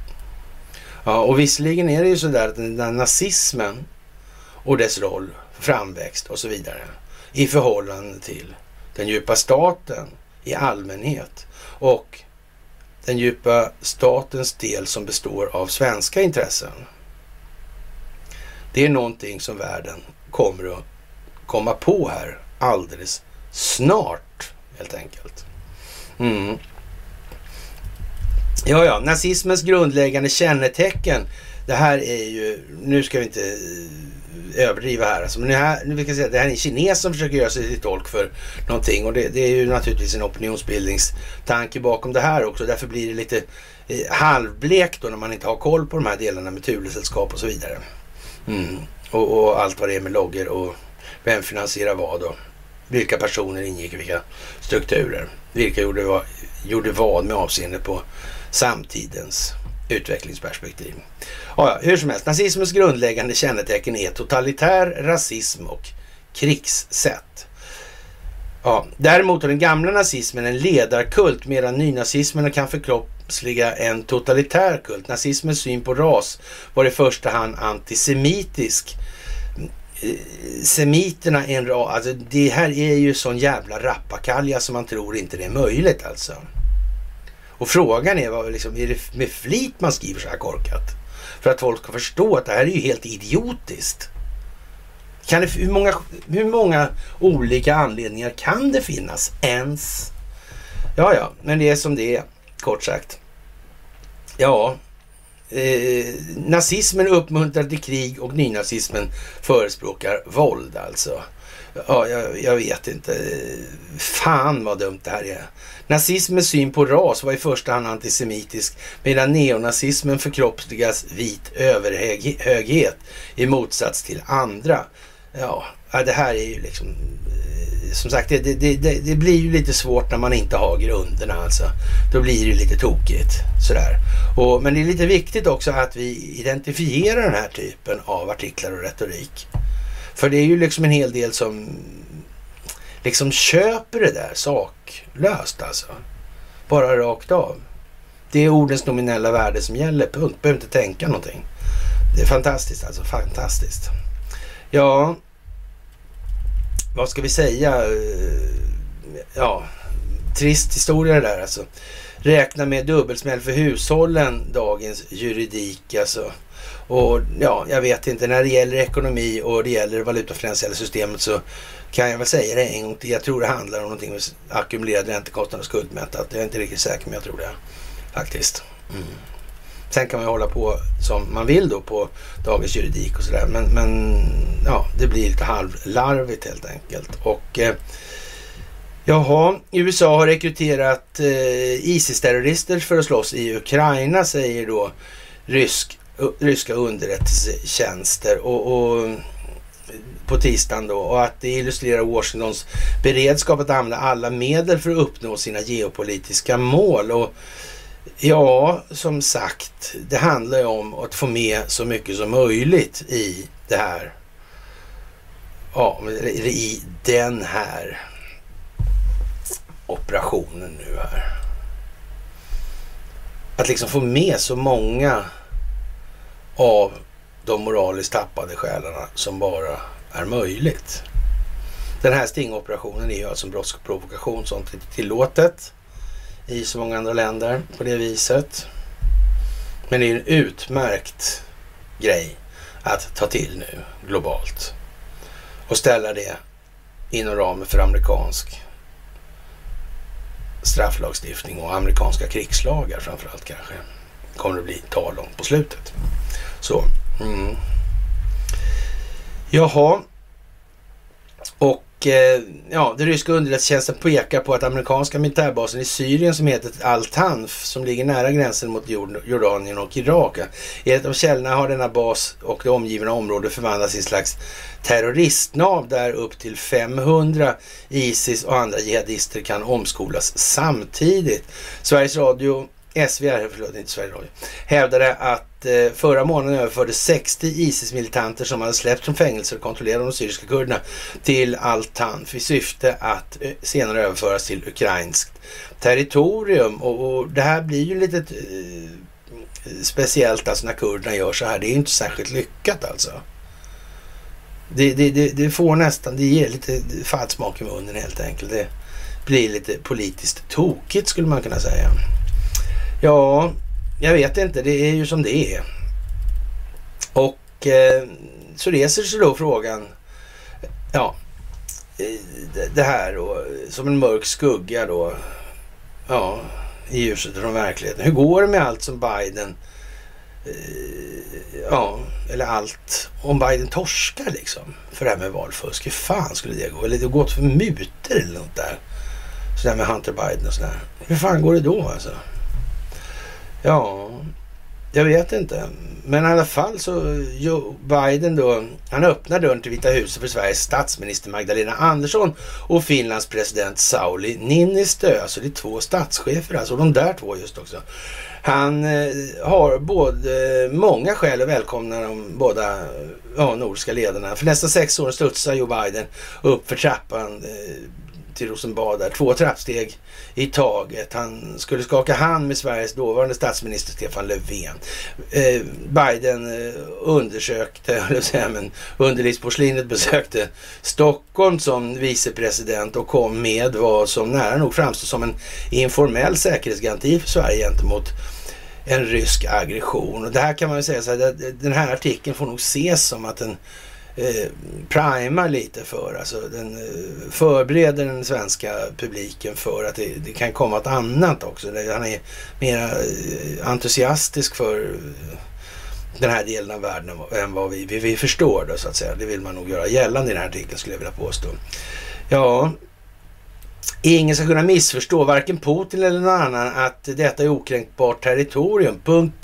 Ja, och visserligen är det ju sådär att den där nazismen och dess roll, framväxt och så vidare i förhållande till den djupa staten i allmänhet och den djupa statens del som består av svenska intressen. Det är någonting som världen kommer att komma på här alldeles snart helt enkelt. Ja, nazismens grundläggande kännetecken. Det här är ju, nu ska vi inte överdriva här, alltså, men nu kan säga att det här är en kines som försöker göra sig till tolk för någonting, och det är ju naturligtvis en opinionsbildningstanke bakom det här också. Därför blir det lite halvblekt då när man inte har koll på de här delarna med Thulesällskap och så vidare. Och allt vad det är med logger och vem finansierar vad och vilka personer ingick i vilka strukturer. Vilka gjorde vad med avseende på samtidens utvecklingsperspektiv. Ja, hur som helst, nazismens grundläggande kännetecken är totalitär rasism och krigssätt. Ja, däremot har den gamla nazismen en ledarkult, medan nynazismen kan förkroppsliga en totalitär kult. Nazismens syn på ras var i första hand antisemitisk. Semiterna är en ras, alltså det här är ju sån jävla rappakalja som man tror inte det är möjligt alltså. Och frågan är, vad liksom, är det med flit man skriver så här korkat? För att folk ska förstå att det här är ju helt idiotiskt. Kan det, hur många olika anledningar kan det finnas ens? Ja, men det är som det är, kort sagt. Ja, nazismen uppmuntrar till krig och nynazismen förespråkar våld alltså. Ja, jag vet inte. Fan vad dumt det här är. Nazismens syn på ras var i första hand antisemitisk, medan neonazismen förkroppsligas vit överhöghet i motsats till andra. Ja, det här är ju liksom, som sagt, det blir ju lite svårt när man inte har grunderna alltså. Då blir det ju lite tokigt sådär. Men det är lite viktigt också att vi identifierar den här typen av artiklar och retorik. För det är ju liksom en hel del som liksom köper det där saklöst alltså. Bara rakt av. Det är ordens nominella värde som gäller, punkt. Behöver inte tänka någonting. Det är fantastiskt alltså, fantastiskt. Ja, vad ska vi säga? Ja, trist historia det där alltså. Räkna med dubbelsmäll för hushållen, dagens juridik alltså. Och ja, jag vet inte, när det gäller ekonomi och det gäller valutafinansiella systemet så kan jag väl säga det en gång till. Jag tror det handlar om någonting med ackumulerad räntekostnad och skuldmättat. Jag är inte riktigt säker, men jag tror det faktiskt. Sen kan man ju hålla på som man vill då på dagens juridik och sådär. Men ja, det blir lite halvlarvigt helt enkelt. Och USA har rekryterat ISIS-terrorister för att slåss i Ukraina, säger då ryska underrättelsetjänster och på tisdagen då, och att det illustrerar Washingtons beredskap att använda alla medel för att uppnå sina geopolitiska mål. Och ja, som sagt, det handlar ju om att få med så mycket som möjligt i det här. Ja, i den här operationen nu här. Att liksom få med så många av de moraliskt tappade själarna som bara är möjligt. Den här stingoperationen är ju alltså en brottsprovokation, sånt är tillåtet i så många andra länder på det viset. Men det är en utmärkt grej att ta till nu globalt och ställa det inom ramen för amerikansk strafflagstiftning och amerikanska krigslagar framförallt kanske kommer det bli tal om på slutet. Så. Jaha. Och ja, det ryska underrättelsetjänsten pekar på att amerikanska militärbasen i Syrien som heter Al-Tanf, som ligger nära gränsen mot Jordanien och Irak. Enligt de källorna har denna bas och det omgivna området förvandlats i en slags terroristnav där upp till 500 ISIS och andra jihadister kan omskolas samtidigt. Sveriges Radio hävdade att förra månaden överförde 60 ISIS-militanter som hade släppts från fängelser och kontrollerade de syriska kurderna till Al-Tanf i syfte att senare överföras till ukrainskt territorium. Och det här blir ju lite speciellt alltså när kurderna gör så här. Det är inte särskilt lyckat alltså. Det får nästan, det ger lite fadsmak i munnen helt enkelt. Det blir lite politiskt tokigt skulle man kunna säga. Ja, jag vet inte. Det är ju som det är. Och så reser sig då frågan, ja, det här då, som en mörk skugga då. Ja, i ljuset från verkligheten. Hur går det med allt som Biden, eller allt, om Biden torskar liksom för det här med valfusk? Hur fan skulle det gå? Eller det gått för muter eller något där? Sådär med Hunter Biden och sådär. Hur fan går det då alltså? Ja, jag vet inte. Men i alla fall så Joe Biden då, han öppnar dörren till Vita huset för Sveriges statsminister Magdalena Andersson och Finlands president Sauli Niinistö. Alltså det är 2 statschefer, alltså de där 2 just också. Han har både många skäl att välkomna de båda nordiska ledarna. För nästa 6 år studsar Joe Biden upp för trappan till Rosenbad där, 2 trappsteg i taget. Han skulle skaka hand med Sveriges dåvarande statsminister Stefan Löfven. Biden undersökte, underlivsporslinet besökte Stockholm som vicepresident och kom med vad som nära nog framstår som en informell säkerhetsgaranti för Sverige gentemot en rysk aggression. Och det här kan man ju säga så här, den här artikeln får nog ses som att den primar lite för, alltså den förbereder den svenska publiken för att det kan komma ett annat också. Han är mer entusiastisk för den här delen av världen än vad vi förstår då, så att säga. Det vill man nog göra gällande i den här artikeln, skulle jag vilja påstå. Ja, ingen ska kunna missförstå, varken Putin eller någon annan, att detta är okränkbart territorium, ...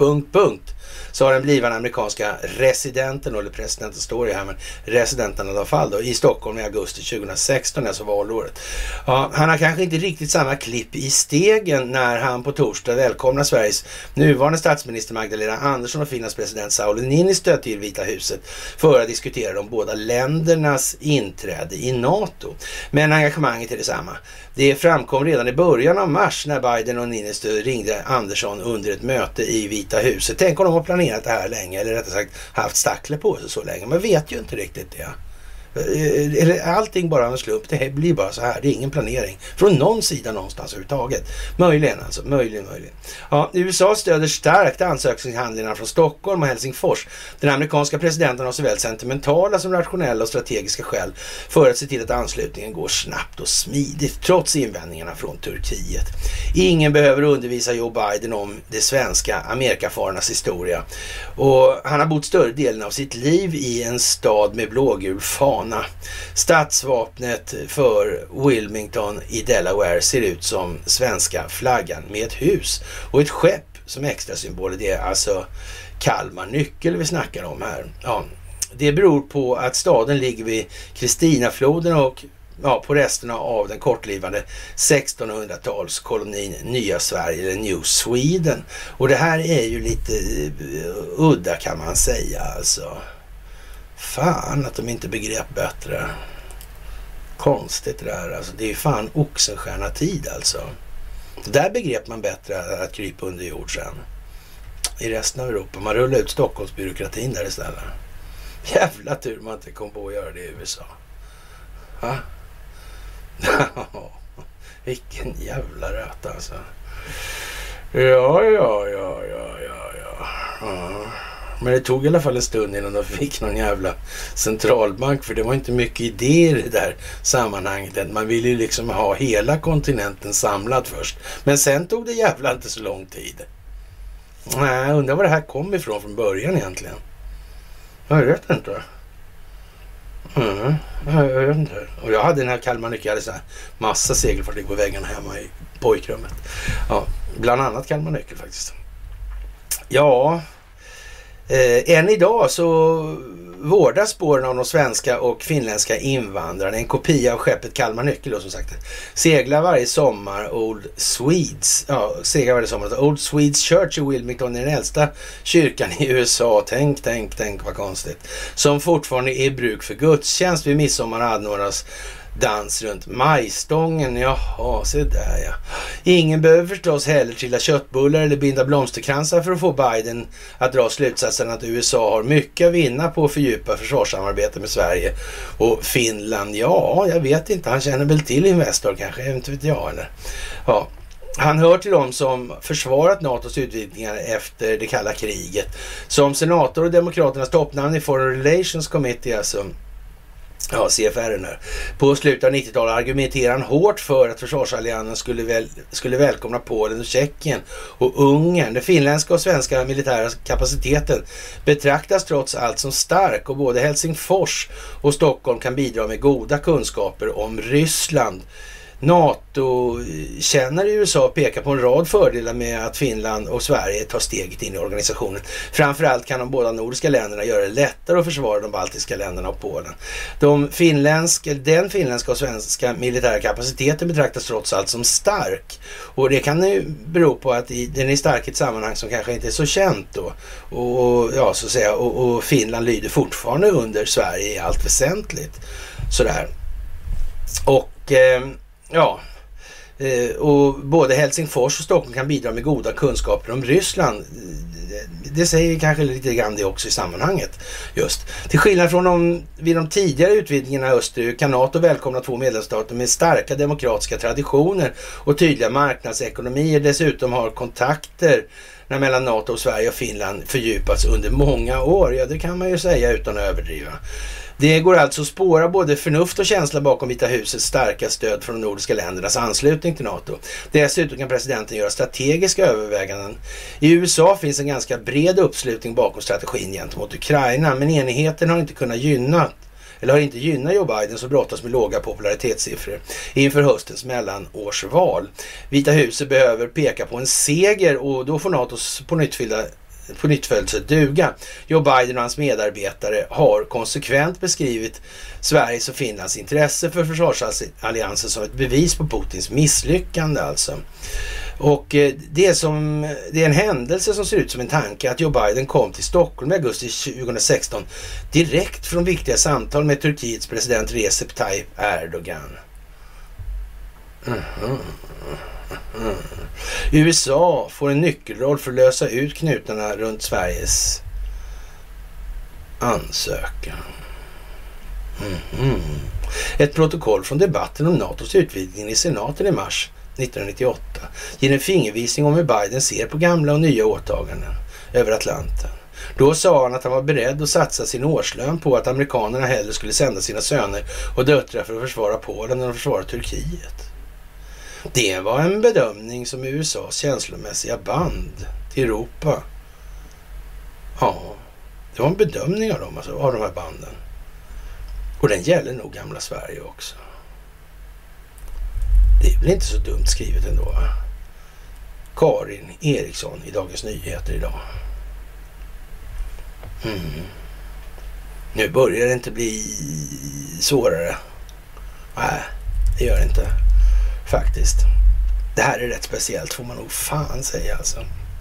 sa den blivande amerikanska residenten, eller presidenten står det här, men residenten i alla fall då, i Stockholm i augusti 2016, alltså valåret. Ja, han har kanske inte riktigt samma klipp i stegen när han på torsdag välkomnar Sveriges nuvarande statsminister Magdalena Andersson och Finlands president Sauli Niinistö till Vita huset för att diskutera de båda ländernas inträde i NATO. Men engagemanget är detsamma. Det framkom redan i början av mars när Biden och Niinistö ringde Andersson under ett möte i Vita huset. Tänk om de har planerat det här länge, eller rättare sagt haft stackle på sig så länge. Man vet ju inte riktigt det. Eller allting bara en slump. Det blir bara så här. Det är ingen planering från någon sida någonstans överhuvudtaget. Möjligen alltså. Möjligen. Ja, USA stöder starkt ansökningshandlingarna från Stockholm och Helsingfors. Den amerikanska presidenten har såväl sentimentala som rationella och strategiska skäl för att se till att anslutningen går snabbt och smidigt trots invändningarna från Turkiet. Ingen behöver undervisa Joe Biden om det svenska Amerikafararnas historia. Och han har bott större delen av sitt liv i en stad med blågul fana. Stadsvapnet för Wilmington i Delaware ser ut som svenska flaggan med ett hus och ett skepp som extra symbol. Det är alltså Kalmar nyckel vi snackar om här. Ja, det beror på att staden ligger vid Kristinafloden och på resterna av den kortlivade 1600-talskolonin Nya Sverige eller New Sweden. Och det här är ju lite udda kan man säga alltså. Fan att de inte begrep bättre. Konstigt det där. Alltså, det är ju fan Oxenstierna tid alltså. Där begrep man bättre att krypa under jord sen. I resten av Europa. Man rullar ut Stockholmsbyråkratin där istället. Jävla tur man inte kom på att göra det i USA. Va? Vilken jävla röta alltså. Ja. Men det tog i alla fall en stund innan de fick någon jävla centralbank, för det var inte mycket idéer i det där sammanhanget. Man ville ju liksom ha hela kontinenten samlad först. Men sen tog det jävla inte så lång tid. Nej, jag undrar var det här kom ifrån från början egentligen. Jag vet inte. Jag vet inte. Och jag hade den här Kalmar nyckel, jag hade så här massa segelfartyg på väggarna hemma i pojkrummet. Ja, bland annat Kalmar nyckel faktiskt. Ja, än idag så vårdas spåren av de svenska och finländska invandrarna. En kopia av skeppet Kalmar nyckel då, som sagt. Seglar varje sommar Old Swedes Church i Wilmington, är den äldsta kyrkan i USA. Tänk vad konstigt. Som fortfarande är i bruk för gudstjänst vid midsommar anordnas dans runt majstången. Jaha, se där ja. Ingen behöver förstås heller trilla köttbullar eller binda blomsterkransar för att få Biden att dra slutsatsen att USA har mycket att vinna på att fördjupa försvarssamarbete med Sverige och Finland. Ja, jag vet inte. Han känner väl till Investor kanske, inte vet jag eller. Ja. Han hör till dem som försvarat NATOs utvidgningar efter det kalla kriget. Som senator och demokraternas toppnamn i Foreign Relations Committee alltså. Ja, CFR där. På slutet av 90-talet argumenterar han hårt för att försvarsalliansen skulle välkomna Polen och Tjeckien och Ungern. Den finländska och svenska militära kapaciteten betraktas trots allt som stark och både Helsingfors och Stockholm kan bidra med goda kunskaper om Ryssland. NATO-kännare i USA pekar på en rad fördelar med att Finland och Sverige tar steget in i organisationen. Framförallt kan de båda nordiska länderna göra det lättare att försvara de baltiska länderna och Polen. Den finländska och svenska militära kapaciteten betraktas trots allt som stark. Och det kan ju bero på att den är stark i ett sammanhang som kanske inte är så känt då. Och Finland lyder fortfarande under Sverige i allt väsentligt. Sådär. Och både Helsingfors och Stockholm kan bidra med goda kunskaper om Ryssland. Det säger kanske lite grann det också i sammanhanget. Just. Till skillnad från vid de tidigare utvidgningarna österut kan NATO välkomna 2 medlemsstater med starka demokratiska traditioner och tydliga marknadsekonomier. Dessutom har kontakter mellan NATO och Sverige och Finland fördjupats under många år. Ja, det kan man ju säga utan att överdriva. Det går alltså att spåra både förnuft och känsla bakom Vita husets starka stöd från de nordiska ländernas anslutning till NATO. Dessutom kan presidenten göra strategiska överväganden. I USA finns en ganska bred uppslutning bakom strategin gentemot Ukraina, men enigheten har inte gynnat Joe Biden som brottas med låga popularitetssiffror inför höstens mellanårsval. Vita huset behöver peka på en seger och då får NATOs på nyttfödelse duga. Joe Biden och hans medarbetare har konsekvent beskrivit Sveriges och Finlands intresse för försvarsalliansen som ett bevis på Putins misslyckande alltså. Och det är en händelse som ser ut som en tanke att Joe Biden kom till Stockholm i augusti 2016 direkt från viktiga samtal med Turkiets president Recep Tayyip Erdogan. USA får en nyckelroll för att lösa ut knutarna runt Sveriges ansökan. Ett protokoll från debatten om NATOs utvidgning i senaten i mars 1998 ger en fingervisning om hur Biden ser på gamla och nya åtaganden över Atlanten. Då sa han att han var beredd att satsa sin årslön på att amerikanerna hellre skulle sända sina söner och döttrar för att försvara Polen än att försvara Turkiet. Det var en bedömning som USAs känslomässiga band till Europa. Ja, det var en bedömning av dem, alltså, av de här banden. Och den gäller nog gamla Sverige också. Det är väl inte så dumt skrivet ändå, va? Karin Eriksson i Dagens Nyheter idag. Nu börjar det inte bli svårare. Nej, det gör det inte. Faktiskt. Det här är rätt speciellt, får man nog fan säga alltså.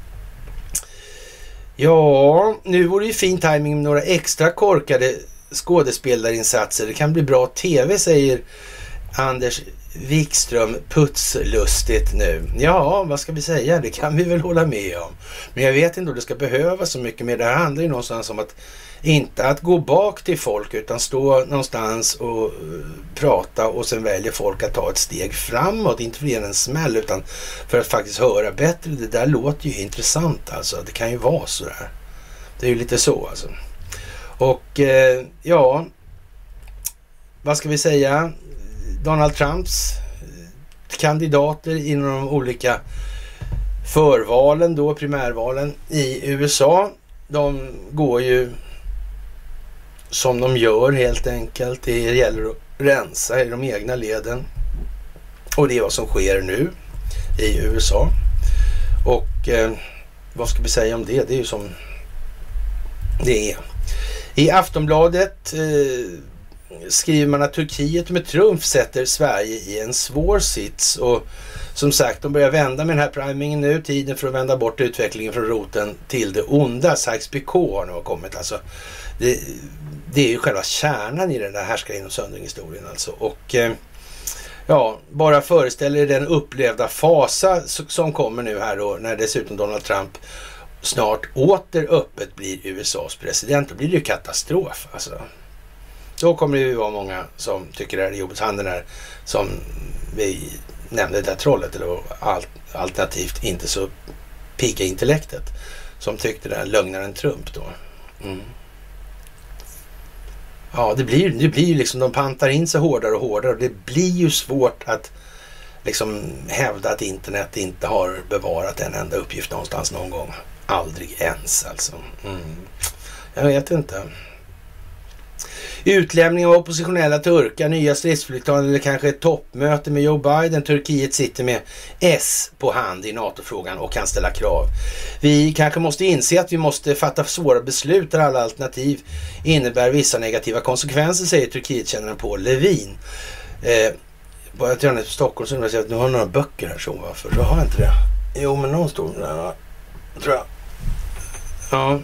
Ja, nu vore det ju fin timing med några extra korkade skådespelarinsatser. Det kan bli bra tv, säger Anders Wikström putslustigt nu. Ja, vad ska vi säga? Det kan vi väl hålla med om. Men jag vet inte om det ska behöva så mycket mer. Det här handlar ju någonstans om att inte att gå bak till folk utan stå någonstans och prata och sen väljer folk att ta ett steg framåt. Inte för en smäll utan för att faktiskt höra bättre. Det där låter ju intressant alltså. Det kan ju vara så där. Det är ju lite så alltså. Och ja, vad ska vi säga? Donald Trumps kandidater inom de olika förvalen då, primärvalen i USA, de går ju som de gör helt enkelt. Det gäller att rensa i de egna leden. Och det är vad som sker nu i USA. Och vad ska vi säga om det? Det är ju som det är. I Aftonbladet skriver man att Turkiet med trumf sätter Sverige i en svår sits. Och som sagt, de börjar vända med den här primingen nu. Tiden för att vända bort utvecklingen från roten till det onda. Sykes-Picot har nu kommit. Alltså, det är ju själva kärnan i den där härskar- och söndring-historien alltså. Och ja, bara föreställer er den upplevda fasa som kommer nu här då, när dessutom Donald Trump snart åter öppet blir USAs president. Då blir det ju katastrof alltså. Då kommer det ju vara många som tycker det här är jobbigt. Han den här som vi nämnde, det där trollet, eller alternativt inte så pika intellektet, som tyckte det här lögnaren Trump då. Ja, det blir liksom, de pantar in sig hårdare och hårdare. Och det blir ju svårt att liksom hävda att internet inte har bevarat en enda uppgift någonstans någon gång. Aldrig ens alltså. Jag vet inte. Utlämning av oppositionella turkar, nya stridsflygplan eller kanske ett toppmöte med Joe Biden. Turkiet sitter med S på hand i NATO-frågan och kan ställa krav. Vi kanske måste inse att vi måste fatta svåra beslut där alla alternativ innebär vissa negativa konsekvenser, säger Turkietkännaren Paul Levin. Jag tror att Stockholms universitet, nu har några böcker här så varför? Så har jag inte det. Jo, men någon stod där, tror jag. Ja,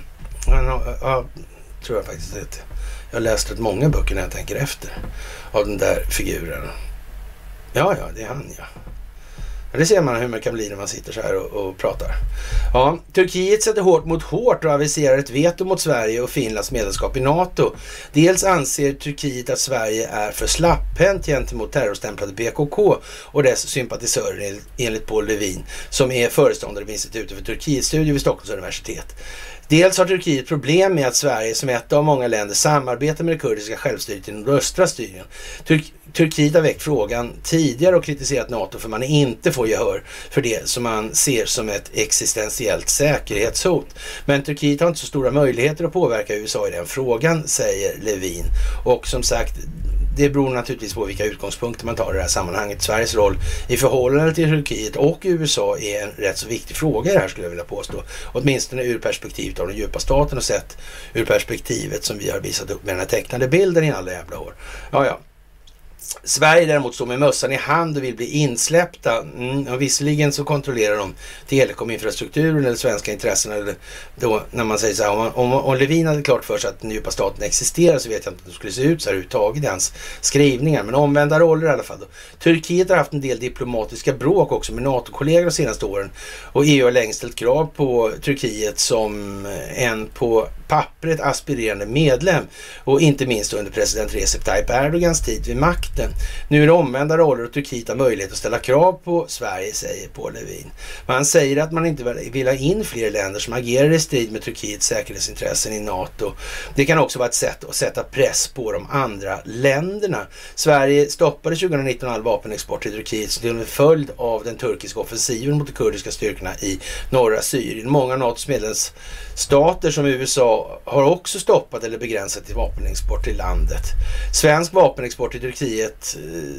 tror jag faktiskt det. Jag har läst rätt många böcker när jag tänker efter av den där figuren. Ja, det är han, ja. Det ser man hur man kan bli när man sitter så här och pratar. Ja, Turkiet sätter hårt mot hårt och aviserar ett veto mot Sverige och Finlands medlemskap i NATO. Dels anser Turkiet att Sverige är för slapphänt gentemot terrorstämplade PKK och dess sympatisörer enligt Paul Levin, som är föreståndare vid Institutet för Turkietstudier vid Stockholms universitet. Dels har Turkiet problem med att Sverige som ett av många länder samarbetar med det kurdiska självstyret i nordöstra Syrien. Turkiet har väckt frågan tidigare och kritiserat NATO för man inte får gehör för det som man ser som ett existentiellt säkerhetshot. Men Turkiet har inte så stora möjligheter att påverka USA i den frågan, säger Levin. Och som sagt, det beror naturligtvis på vilka utgångspunkter man tar i det här sammanhanget. Sveriges roll i förhållande till Turkiet och USA är en rätt så viktig fråga i det här, skulle jag vilja påstå. Åtminstone ur perspektivet av den djupa staten och sett ur perspektivet som vi har visat upp med den här tecknade bilden i alla jävla år. Ja. Sverige däremot står med mössan i hand och vill bli insläppta. Och visserligen så kontrollerar de telekominfrastrukturen eller svenska intressen. Eller då, när man säger så här, om Levin hade klart för sig att den djupa staten existerar, så vet jag inte att det skulle se ut så här överhuvudtaget i hans skrivningar. Men omvända roller i alla fall då. Turkiet har haft en del diplomatiska bråk också med NATO-kollegor de senaste åren. Och EU har länge ställt krav på Turkiet som en på pappret aspirerande medlem. Och inte minst under president Recep Tayyip Erdogans tid vid makten. Nu är det omvända roller och Turkiet har möjlighet att ställa krav på Sverige, säger Paul Levin. Man säger att man inte vill ha in fler länder som agerar i strid med Turkiets säkerhetsintressen i NATO. Det kan också vara ett sätt att sätta press på de andra länderna. Sverige stoppade 2019 all vapenexport till Turkiet som en följd av den turkiska offensiven mot de kurdiska styrkorna i norra Syrien. Många NATOs medlemsstater som USA har också stoppat eller begränsat till vapenexport till landet. Svensk vapenexport till Turkiet,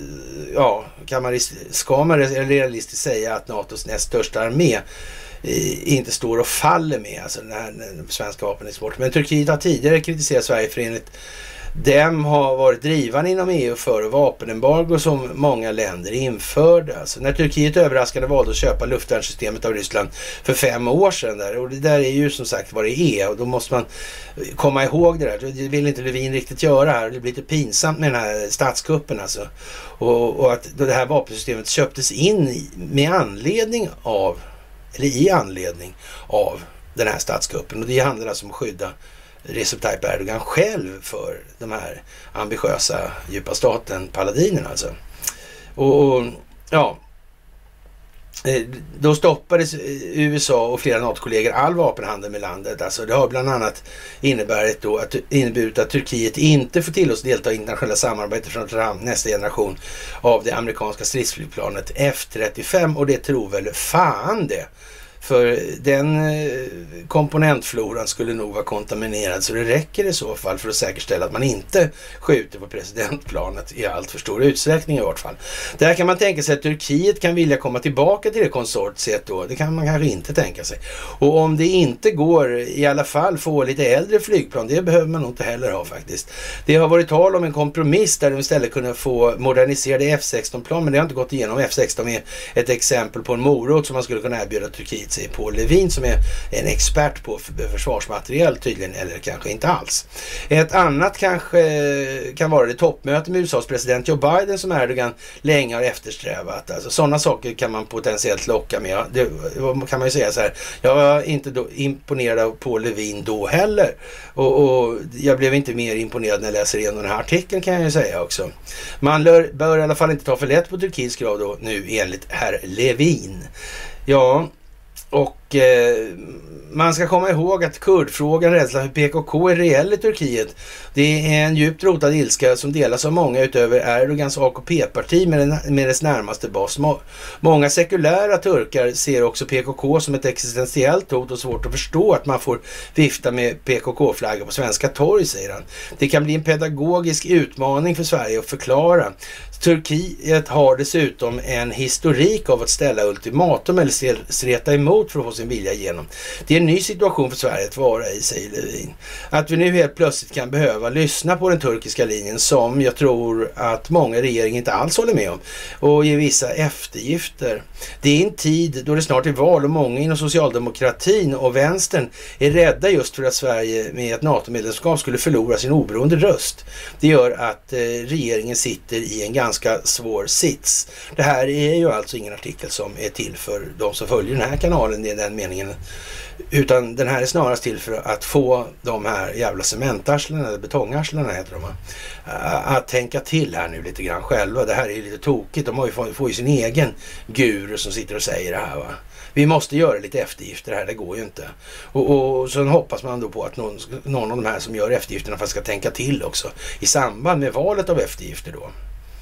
ska man realistiskt säga att NATOs näst största armé inte står och faller med, alltså den svenska vapenexporten. Men Turkiet har tidigare kritiserat Sverige för enligt dem har varit drivande inom EU för vapenembargo som många länder införde. Alltså när Turkiet överraskande valde att köpa luftvärnssystemet av Ryssland för 5 år sedan där, och det där är ju som sagt vad det är, och då måste man komma ihåg det där. Det vill inte Levin riktigt göra här. Det blir lite pinsamt med den här statskuppen alltså. Och att det här vapensystemet köptes in med anledning av, eller i anledning av den här statskuppen, och det handlar alltså om att skydda Recep Tayyip Erdogan själv för de här ambitiösa djupa staten paladinerna alltså. Då stoppades USA och flera NATO-kollegor all vapenhandel med landet. Alltså det har bland annat inneburit att Turkiet inte får tillåts delta i internationella samarbete från nästa generation av det amerikanska stridsflygplanet F-35, och det tror väl fan det. För den komponentfloran skulle nog vara kontaminerad, så det räcker i så fall för att säkerställa att man inte skjuter på presidentplanet i allt för stor utsträckning i vart fall. Där kan man tänka sig att Turkiet kan vilja komma tillbaka till det konsortiet då. Det kan man kanske inte tänka sig. Och om det inte går, i alla fall få lite äldre flygplan, det behöver man nog inte heller ha faktiskt. Det har varit tal om en kompromiss där de istället kunde få moderniserade F-16-plan, men det har inte gått igenom. F-16 är ett exempel på en morot som man skulle kunna erbjuda Turkiet, säger Paul Levin som är en expert på försvarsmaterial tydligen, eller kanske inte alls. Ett annat kanske kan vara det toppmöte med USAs president Joe Biden som Erdogan länge har eftersträvat. Alltså sådana saker kan man potentiellt locka med. Det kan man ju säga så här. Jag var inte imponerad av Paul Levin då heller. Och jag blev inte mer imponerad när jag läser igenom den här artikeln, kan jag ju säga också. Man bör i alla fall inte ta för lätt på Turkiets krav då nu enligt herr Levin. Ja, och man ska komma ihåg att kurdfrågan, rädsla för PKK är reell i Turkiet. Det är en djupt rotad ilska som delas av många utöver Erdogans AKP-parti med dess närmaste bas. Många sekulära turkar ser också PKK som ett existentiellt hot och svårt att förstå att man får vifta med PKK-flaggor på svenska torg, säger han. Det kan bli en pedagogisk utmaning för Sverige att förklara. Turkiet har dessutom en historik av att ställa ultimatum eller streta emot för att få sin vilja igenom. Det är en ny situation för Sverige att vara i, säger Lövin. Att vi nu helt plötsligt kan behöva lyssna på den turkiska linjen som jag tror att många i regeringen inte alls håller med om och ge vissa eftergifter. Det är en tid då det snart är val och många inom socialdemokratin och vänstern är rädda just för att Sverige med ett NATO-medlemskap skulle förlora sin oberoende röst. Det gör att regeringen sitter i en ganska svår sits. Det här är ju alltså ingen artikel som är till för de som följer den här kanalen i den meningen, utan den här är snarast till för att få de här jävla cementarslena eller betongarslena heter de, att tänka till här nu lite grann själva. Det här är lite tokigt. De har ju får ju sin egen guru som sitter och säger det här, va. Vi måste göra lite eftergifter här, det går ju inte. Och så hoppas man då på att någon av de här som gör eftergifterna faktiskt ska tänka till också i samband med valet av eftergifter då.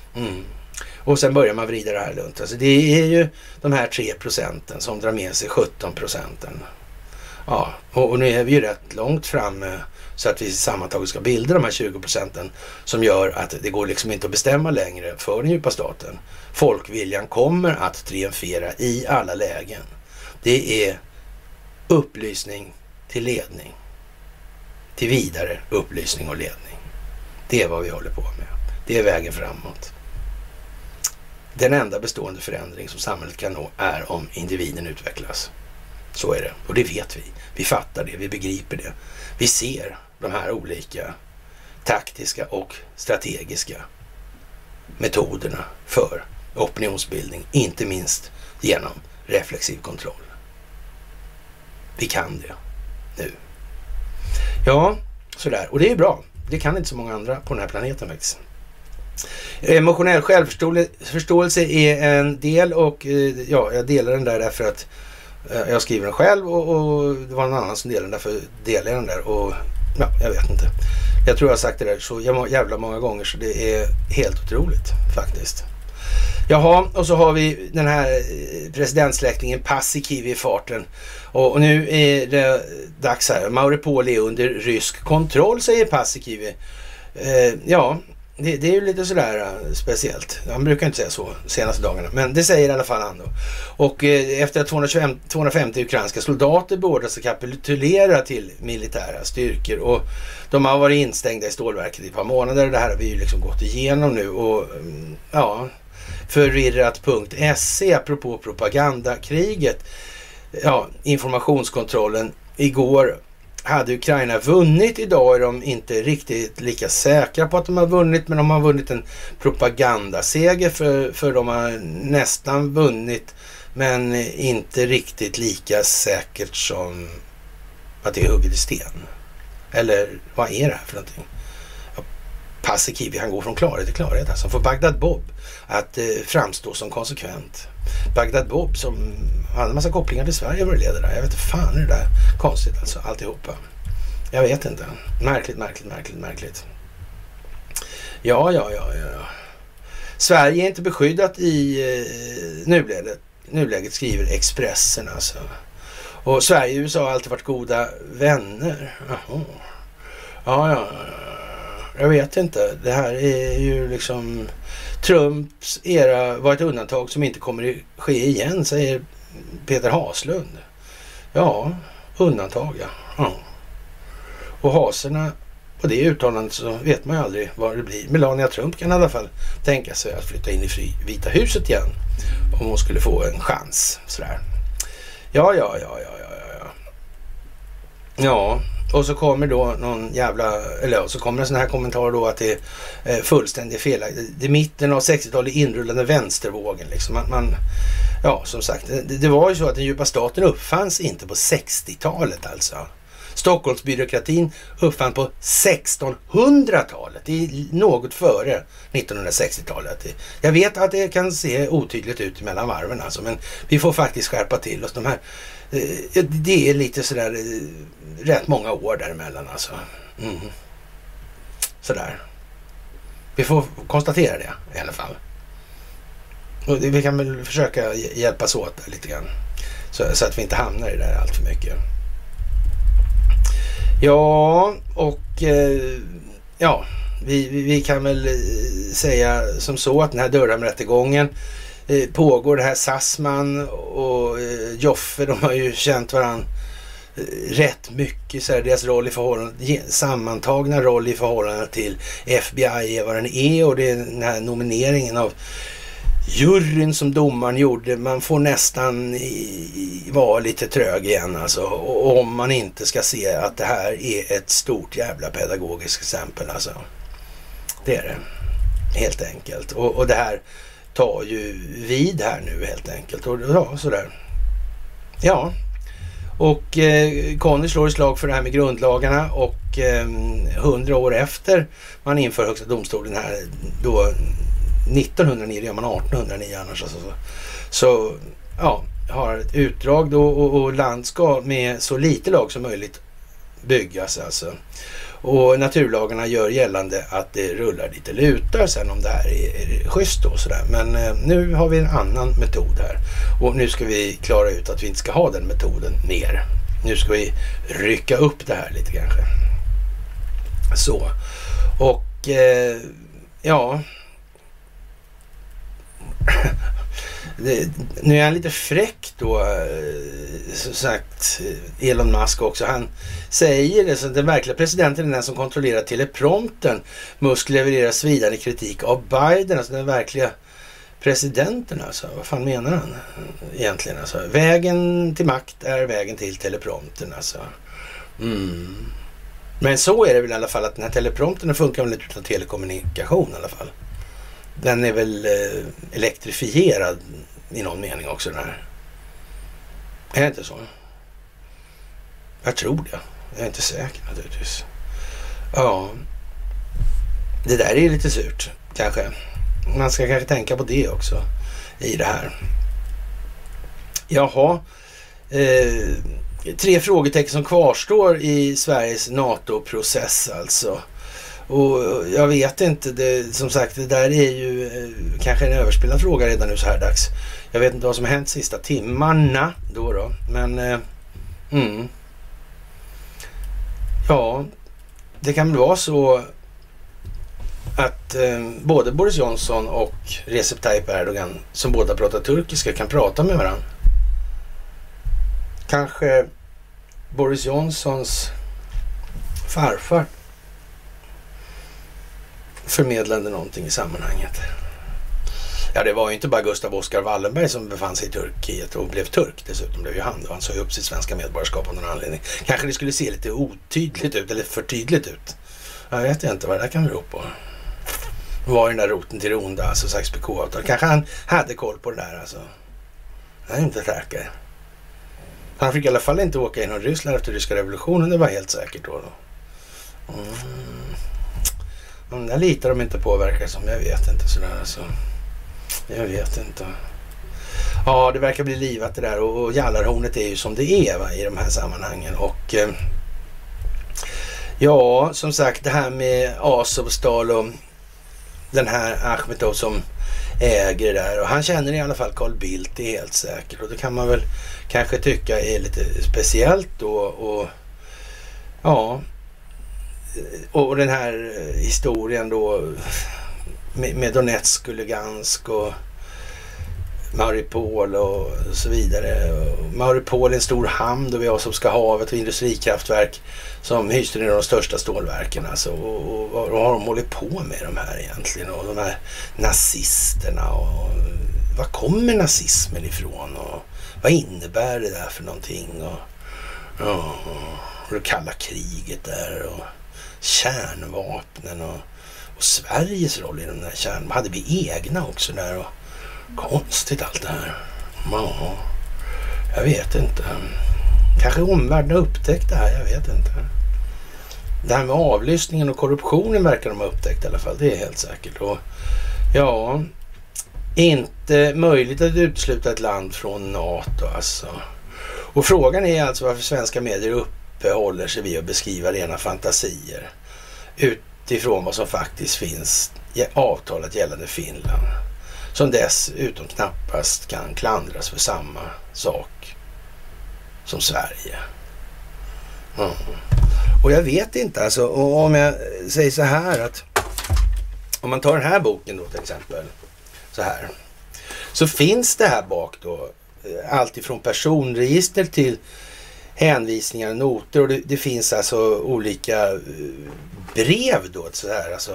Och sen börjar man vrida det här runt. Alltså det är ju de här 3% som drar med sig 17%. Ja, och nu är vi ju rätt långt fram så att vi sammantaget ska bilda de här 20% som gör att det går liksom inte att bestämma längre för den djupa staten. Folkviljan kommer att triumfera i alla lägen. Det är upplysning till ledning. Till vidare upplysning och ledning. Det är vad vi håller på med. Det är vägen framåt. Den enda bestående förändring som samhället kan nå är om individen utvecklas. Så är det. Och det vet vi. Vi fattar det. Vi begriper det. Vi ser de här olika taktiska och strategiska metoderna för opinionsbildning. Inte minst genom reflexiv kontroll. Vi kan det nu. Ja, sådär. Och det är bra. Det kan inte så många andra på den här planeten faktiskt. Emotionell självförståelse är en del och ja, jag delar den där därför att jag skriver den själv och det var någon annan som delade den därför delar jag den där och ja, jag vet inte. Jag tror jag har sagt det där så jävla många gånger så det är helt otroligt faktiskt. Jaha, och så har vi den här presidentsläktingen Paasikivi i farten. Och nu är det dags här. Mariupol är under rysk kontroll, säger Paasikivi. Ja, det är ju lite sådär speciellt. Han brukar inte säga så senaste dagarna. Men det säger i alla fall han då. Och efter att 250 ukrainska soldater beordras att kapitulera till militära styrkor. Och de har varit instängda i stålverket i ett par månader. Det här har vi ju liksom gått igenom nu. Och ja, förvirrat.se apropå propagandakriget. Ja, informationskontrollen igår. Hade Ukraina vunnit, idag är de inte riktigt lika säkra på att de har vunnit, men de har vunnit en propagandaseger för de har nästan vunnit, men inte riktigt lika säkert som att det är hugget i sten. Eller vad är det här för någonting? Paasikivi, han går från klarhet till klarhet. Alltså får Bagdad Bob att framstå som konsekvent. Bagdad Bob som hade en massa kopplingar till Sverige var det ledare. Jag vet inte fan är det där konstigt alltså alltihopa. Jag vet inte. Märkligt. Ja. Sverige är inte beskyddat i nuläget skriver Expressen alltså. Och Sverige och USA har alltid varit goda vänner. Jaha. Ja. Jag vet inte. Det här är ju liksom Trumps era var ett undantag som inte kommer att ske igen, säger Peter Haslund. Ja, undantag ja. Och haserna på det uttalandet så vet man ju aldrig vad det blir. Melania Trump kan i alla fall tänka sig att flytta in i Vita huset igen om hon skulle få en chans. Sådär. Ja, och så kommer då någon jävla, eller så kommer en sån här kommentar då att det är fullständigt felaktigt. Det är mitten av 60-talet inrullande vänstervågen liksom. Ja, som sagt, det var ju så att den djupa staten uppfanns inte på 60-talet alltså. Stockholmsbyråkratin uppfann på 1600-talet. Det är något före 1960-talet. Jag vet att det kan se otydligt ut mellan varven alltså, men vi får faktiskt skärpa till oss. De här, det är lite sådär rätt många år däremellan alltså. Sådär. Vi får konstatera det i alla fall. Och vi kan väl försöka hjälpas åt lite grann. Så att vi inte hamnar i det där allt för mycket. Ja, och ja, vi kan väl säga som så att den här Durham-rättegången pågår. Det här Sassman och Joffe, de har ju känt varandra rätt mycket, så här, deras roll i förhållande, sammantagna roll i förhållande till FBI är vad den är, och det är den här nomineringen av juryn som domaren gjorde, man får nästan vara lite trög igen alltså, om man inte ska se att det här är ett stort jävla pedagogiskt exempel alltså. Det är det, helt enkelt. Och det här tar ju vid här nu helt enkelt. Och ja, sådär. Ja. Och Conny slår i slag för det här med grundlagarna, och 100 år efter man inför högsta domstolen här då 1909, gör man 1809 annars alltså, så ja, har ett utdrag då, och land ska med så lite lag som möjligt byggas alltså. Och naturlagarna gör gällande att det rullar lite lutar sen om det här är schysst och sådär. Men nu har vi en annan metod här. Och nu ska vi klara ut att vi inte ska ha den metoden mer. Nu ska vi rycka upp det här lite kanske. Så. Och ja. Nu är han lite fräck då, som sagt, Elon Musk också. Han säger det, så den verkliga presidenten är den som kontrollerar teleprompten. Musk levererar svidande kritik av Biden, alltså den verkliga presidenten alltså. Vad fan menar han egentligen alltså? Vägen till makt är vägen till teleprompten alltså. Men så är det väl i alla fall, att den här teleprompten funkar väl utan telekommunikation i alla fall. Den är väl elektrifierad i någon mening också, den här. Är det inte så? Jag tror det. Jag är inte säker naturligtvis. Ja. Det där är lite surt kanske. Man ska kanske tänka på det också i det här. Jaha. 3 frågetecken som kvarstår i Sveriges NATO-process alltså. Och jag vet inte, som sagt, det där är ju kanske en överspelad fråga redan nu så här dags. Jag vet inte vad som har hänt sista timmarna då. Men ja, det kan väl vara så att både Boris Johnson och Recep Tayyip Erdogan, som båda pratar turkiska, kan prata med varandra. Kanske Boris Johnsons farfar förmedlade någonting i sammanhanget. Ja, det var ju inte bara Gustav Oskar Wallenberg som befann sig i Turkiet och blev turk, dessutom blev ju han då. Han sa ju upp sitt svenska medborgarskap av någon anledning. Kanske det skulle se lite otydligt ut, eller för tydligt ut. Jag vet inte vad det där kan bero på. Var den där roten till Ronda, alltså Sax-PK-avtal. Kanske han hade koll på det där alltså. Jag är inte säker. Han fick i alla fall inte åka in i Ryssland efter ryska revolutionen, det var helt säkert då. De där litar de inte påverkar som, jag vet inte sådär alltså. Jag vet inte. Ja, det verkar bli livat det där, och Jallarhornet är ju som det är va, i de här sammanhangen. Och ja, som sagt, det här med Azovstal och den här Achmetov som äger det där, och han känner i alla fall Carl Bildt, det är helt säkert, och det kan man väl kanske tycka är lite speciellt då. Och ja, och den här historien då med Donetsk och Lugansk och Mariupol och så vidare. Mariupol är en stor hamn då vid Azovska havet och industrikraftverk som hyser de största stålverken alltså. Och vad har de hållit på med de här egentligen, och de här nazisterna, och var kommer nazismen ifrån och vad innebär det där för någonting, och det kalla kriget där och kärnvapnen och Sveriges roll i de där kärnvapnen. Hade vi egna också där, och konstigt allt det här. Ja, jag vet inte. Kanske omvärlden har upptäckt det här, jag vet inte. Det här med avlyssningen och korruptionen verkar de ha upptäckt i alla fall, det är helt säkert. Och ja, inte möjligt att utesluta ett land från NATO alltså. Och frågan är alltså varför svenska medier uppehåller sig vid att beskriva rena fantasier utifrån vad som faktiskt finns avtalet gällande Finland, som dessutom knappast kan klandras för samma sak som Sverige. Mm. Och jag vet inte, alltså, om jag säger så här att om man tar den här boken då till exempel, så här, så finns det här bak då allt ifrån personregister till hänvisningar och noter, och det finns alltså olika brev då, så här, alltså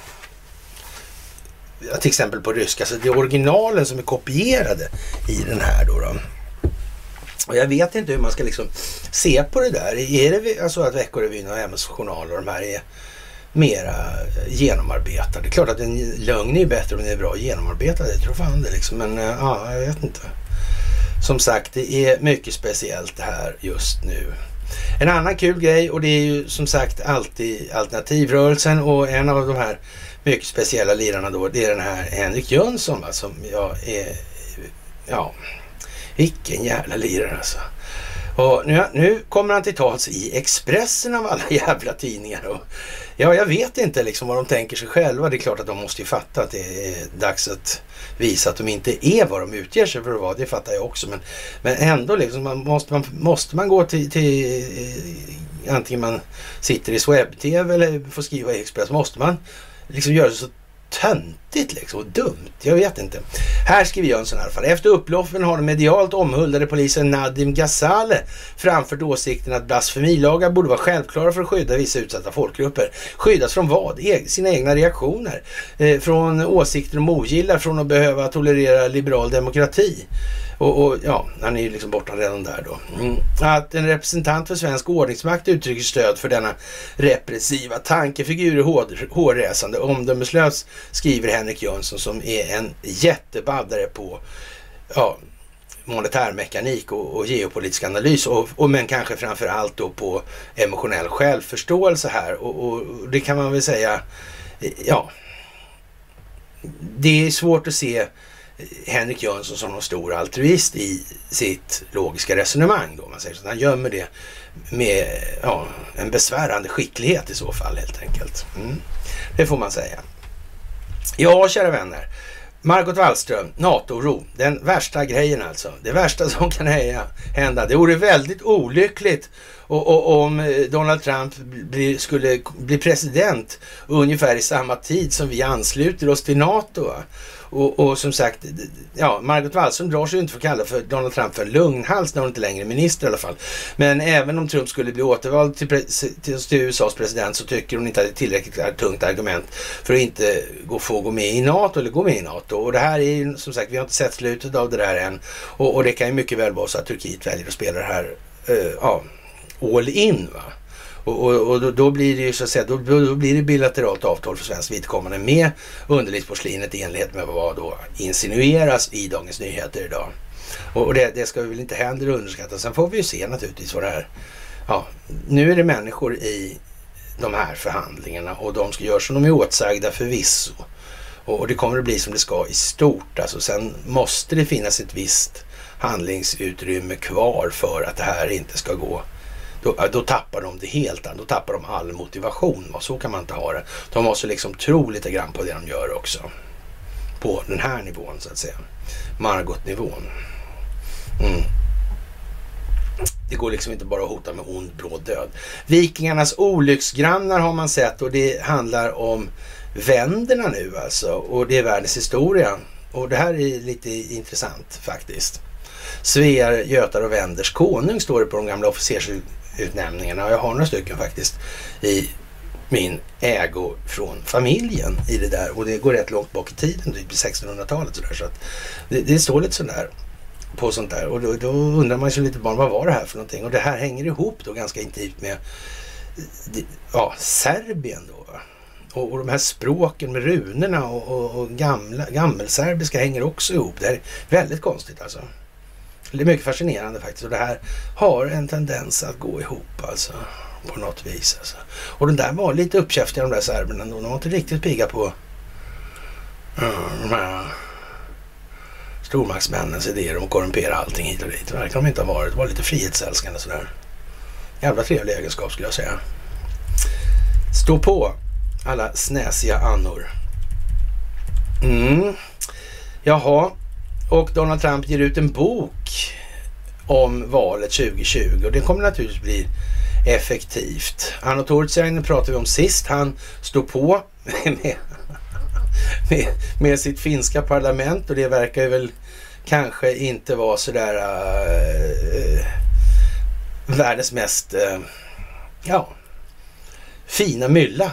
till exempel på ryska, så det är originalen som är kopierade i den här då. Och jag vet inte hur man ska liksom se på det där. Är det alltså att Veckorevyn och Hemmets Journal och de här är mera genomarbetade? Det är klart att en lögn är bättre om den är bra genomarbetad, jag tror fan det liksom, men ja, jag vet inte. Som sagt, det är mycket speciellt det här just nu. En annan kul grej, och det är ju som sagt alltid alternativrörelsen, och en av de här mycket speciella lirarna då, det är den här Henrik Jönsson, som jag är, ja, vilken jävla lirare alltså. Och nu kommer han till tals i Expressen av alla jävla tidningar. Och ja, jag vet inte liksom vad de tänker sig själva. Det är klart att de måste ju fatta att det är dags att visa att de inte är vad de utger sig för att vara. Det fattar jag också. Men ändå liksom, måste man gå till antingen man sitter i webb-tv eller får skriva i Expressen, måste man liksom göra det så töntigt liksom, och dumt. Jag vet inte. Här skriver Jönsson i alla fall. Efter upploppen har den medialt omhuldade polisen Nadim Ghazaleh framfört åsikten att blasfemilagar borde vara självklara för att skydda vissa utsatta folkgrupper. Skyddas från vad? Sina egna reaktioner. Från åsikter om ogillar, från att behöva tolerera liberal demokrati. Och ja, han är ju liksom borta redan där då. Att en representant för svensk ordningsmakt uttrycker stöd för denna repressiva tankefigur är hårresande. Omdömeslös, skriver Henrik Jönsson, som är en jättebaddare på monetärmekanik och geopolitisk analys, men kanske framför allt då på emotionell självförståelse här. Och det kan man väl säga, ja, det är svårt att se Henrik Jönsson som någon stor altruist i sitt logiska resonemang då, man säger så. Han gömmer det med en besvärande skicklighet i så fall, helt enkelt. Det får man säga. Ja, kära vänner. Margot Wallström, NATO-ro. Den värsta grejen alltså. Det värsta som kan hända. Det vore väldigt olyckligt om Donald Trump skulle bli president ungefär i samma tid som vi ansluter oss till NATO. Och som sagt, ja, Margot Wallström drar sig inte för att kalla för Donald Trump för en lugnhals när hon inte längre är minister i alla fall. Men även om Trump skulle bli återvald till USAs president, så tycker hon inte att det är tillräckligt tungt argument för att inte få gå med i NATO eller gå med i NATO. Och det här är ju, som sagt, vi har inte sett slutet av det där än. Och det kan ju mycket väl vara så att Turkiet väljer att spela det här all in, va. Och då blir det ju så att säga, då blir det bilateralt avtal för svensk vidkommande med underlivsporslinet i enlighet med vad då insinueras i Dagens Nyheter idag. Och det ska vi väl inte heller underskatta. Sen får vi ju se naturligtvis vad det här. Ja, nu är det människor i de här förhandlingarna och de ska göra som de är åtsagda förvisso. Och det kommer att bli som det ska i stort. Alltså, sen måste det finnas ett visst handlingsutrymme kvar för att det här inte ska gå. Då tappar de det helt. Då tappar de all motivation. Och så kan man inte ha det. De måste liksom tro lite grann på det de gör också. På den här nivån så att säga. Margot-nivån. Det går liksom inte bara att hota med ond bråd död. Vikingarnas olycksgrannar har man sett. Och det handlar om vänderna nu alltså. Och det är världens historia. Och det här är lite intressant faktiskt. Svear, Götar och Vänders konung står det på de gamla officersutnämningarna. Och jag har några stycken faktiskt i min ägo från familjen i det där. Och det går rätt långt bak i tiden, typ 1600-talet. Så att det står lite sådär på sånt där. Och då undrar man ju lite bara, vad var det här för någonting? Och det här hänger ihop då ganska intimt med Serbien då. Och de här språken med runorna och gammelserbiska hänger också ihop. Det är väldigt konstigt alltså. Det är mycket fascinerande faktiskt. Och det här har en tendens att gå ihop alltså. På något vis alltså. Och den där var lite uppkäftiga, de där serberna. De var inte riktigt pigga på de här stormaktsmännens idéer om att korrumpera allting hit och dit. Det verkar de inte ha varit. Det var lite frihetsälskande sådär. Jävla trevlig egenskap skulle jag säga. Stå på alla snäsiga annor. Jaha. Och Donald Trump ger ut en bok om valet 2020 och det kommer naturligtvis bli effektivt. Anno Turtsainen pratade vi om sist. Han stod på med sitt finska parlament och det verkar ju väl kanske inte vara sådär världens mest fina mylla.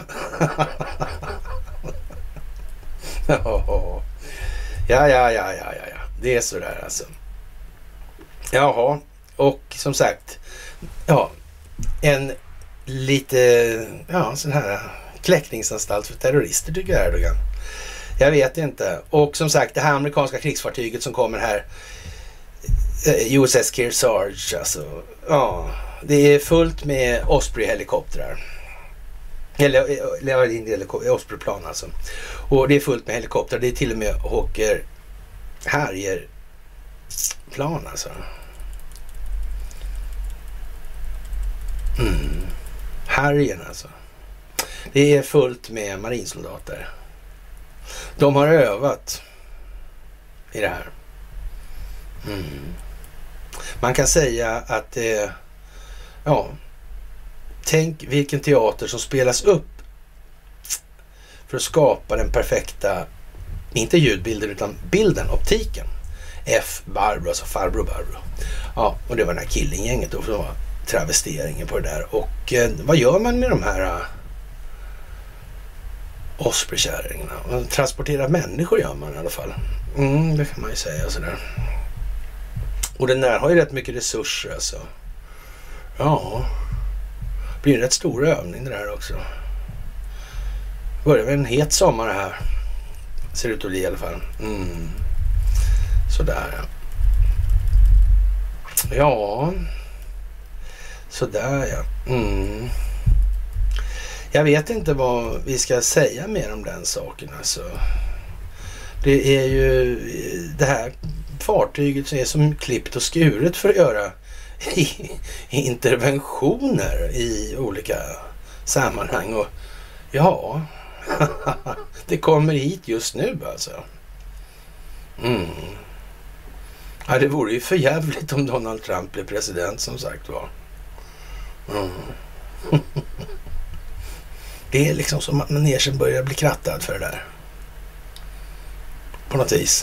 Ja. Det är sådär alltså. Jaha, och som sagt, en lite, sån här kläckningsanstalt för terrorister tycker jag Erdogan. Jag vet inte. Och som sagt, det här amerikanska krigsfartyget som kommer här, USS Kearsarge, alltså, det är fullt med Osprey-helikoptrar. Eller Osprey-plan alltså. Och det är fullt med helikoptrar. Det är till och med Hawker Harrier-plan alltså. Harriern alltså. Det är fullt med marinsoldater. De har övat i det här. Man kan säga att det, tänk vilken teater som spelas upp för att skapa den perfekta, inte ljudbilden utan bilden, optiken. F. Barbro, alltså farbror Barbro. Ja, och det var den här killinggänget då, för det var travesteringen på det där. Och vad gör man med de här Osprey-kärringarna? Man transporterar människor gör man i alla fall. Det kan man ju säga sådär. Och den där har ju rätt mycket resurser alltså. Ja. Det blir en rätt stor övning det där också. Börjar med en het sommar här. Ser ut att bli i alla fall. Sådär ja. Ja. Sådär ja. Jag vet inte vad vi ska säga mer om den saken alltså. Det är ju det här fartyget som är som klippt och skuret för att göra interventioner i olika sammanhang. Och det kommer hit just nu alltså. Ja, det vore ju för jävligt om Donald Trump blev president som sagt var. Det är liksom som att manegen börjar bli krattad för det där. På något vis.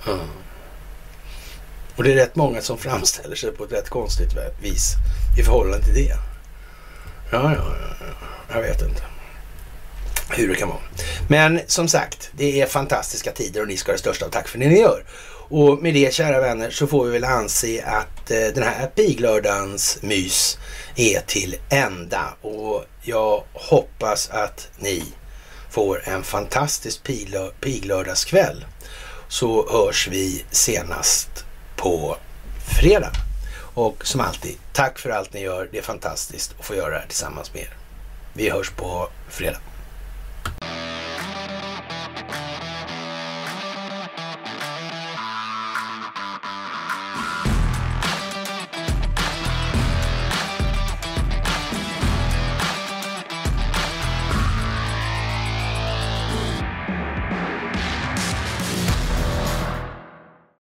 Och det är rätt många som framställer sig på ett rätt konstigt vis i förhållande till det. Ja. Jag vet inte hur det kan vara. Men som sagt, det är fantastiska tider och ni ska ha det största av tack för det ni gör. Och med det, kära vänner, så får vi väl anse att den här piglördagens mys är till ända. Och jag hoppas att ni får en fantastisk piglördagskväll. Så hörs vi senast på fredag. Och som alltid, tack för allt ni gör. Det är fantastiskt att få göra det här tillsammans med er. Vi hörs på fredag.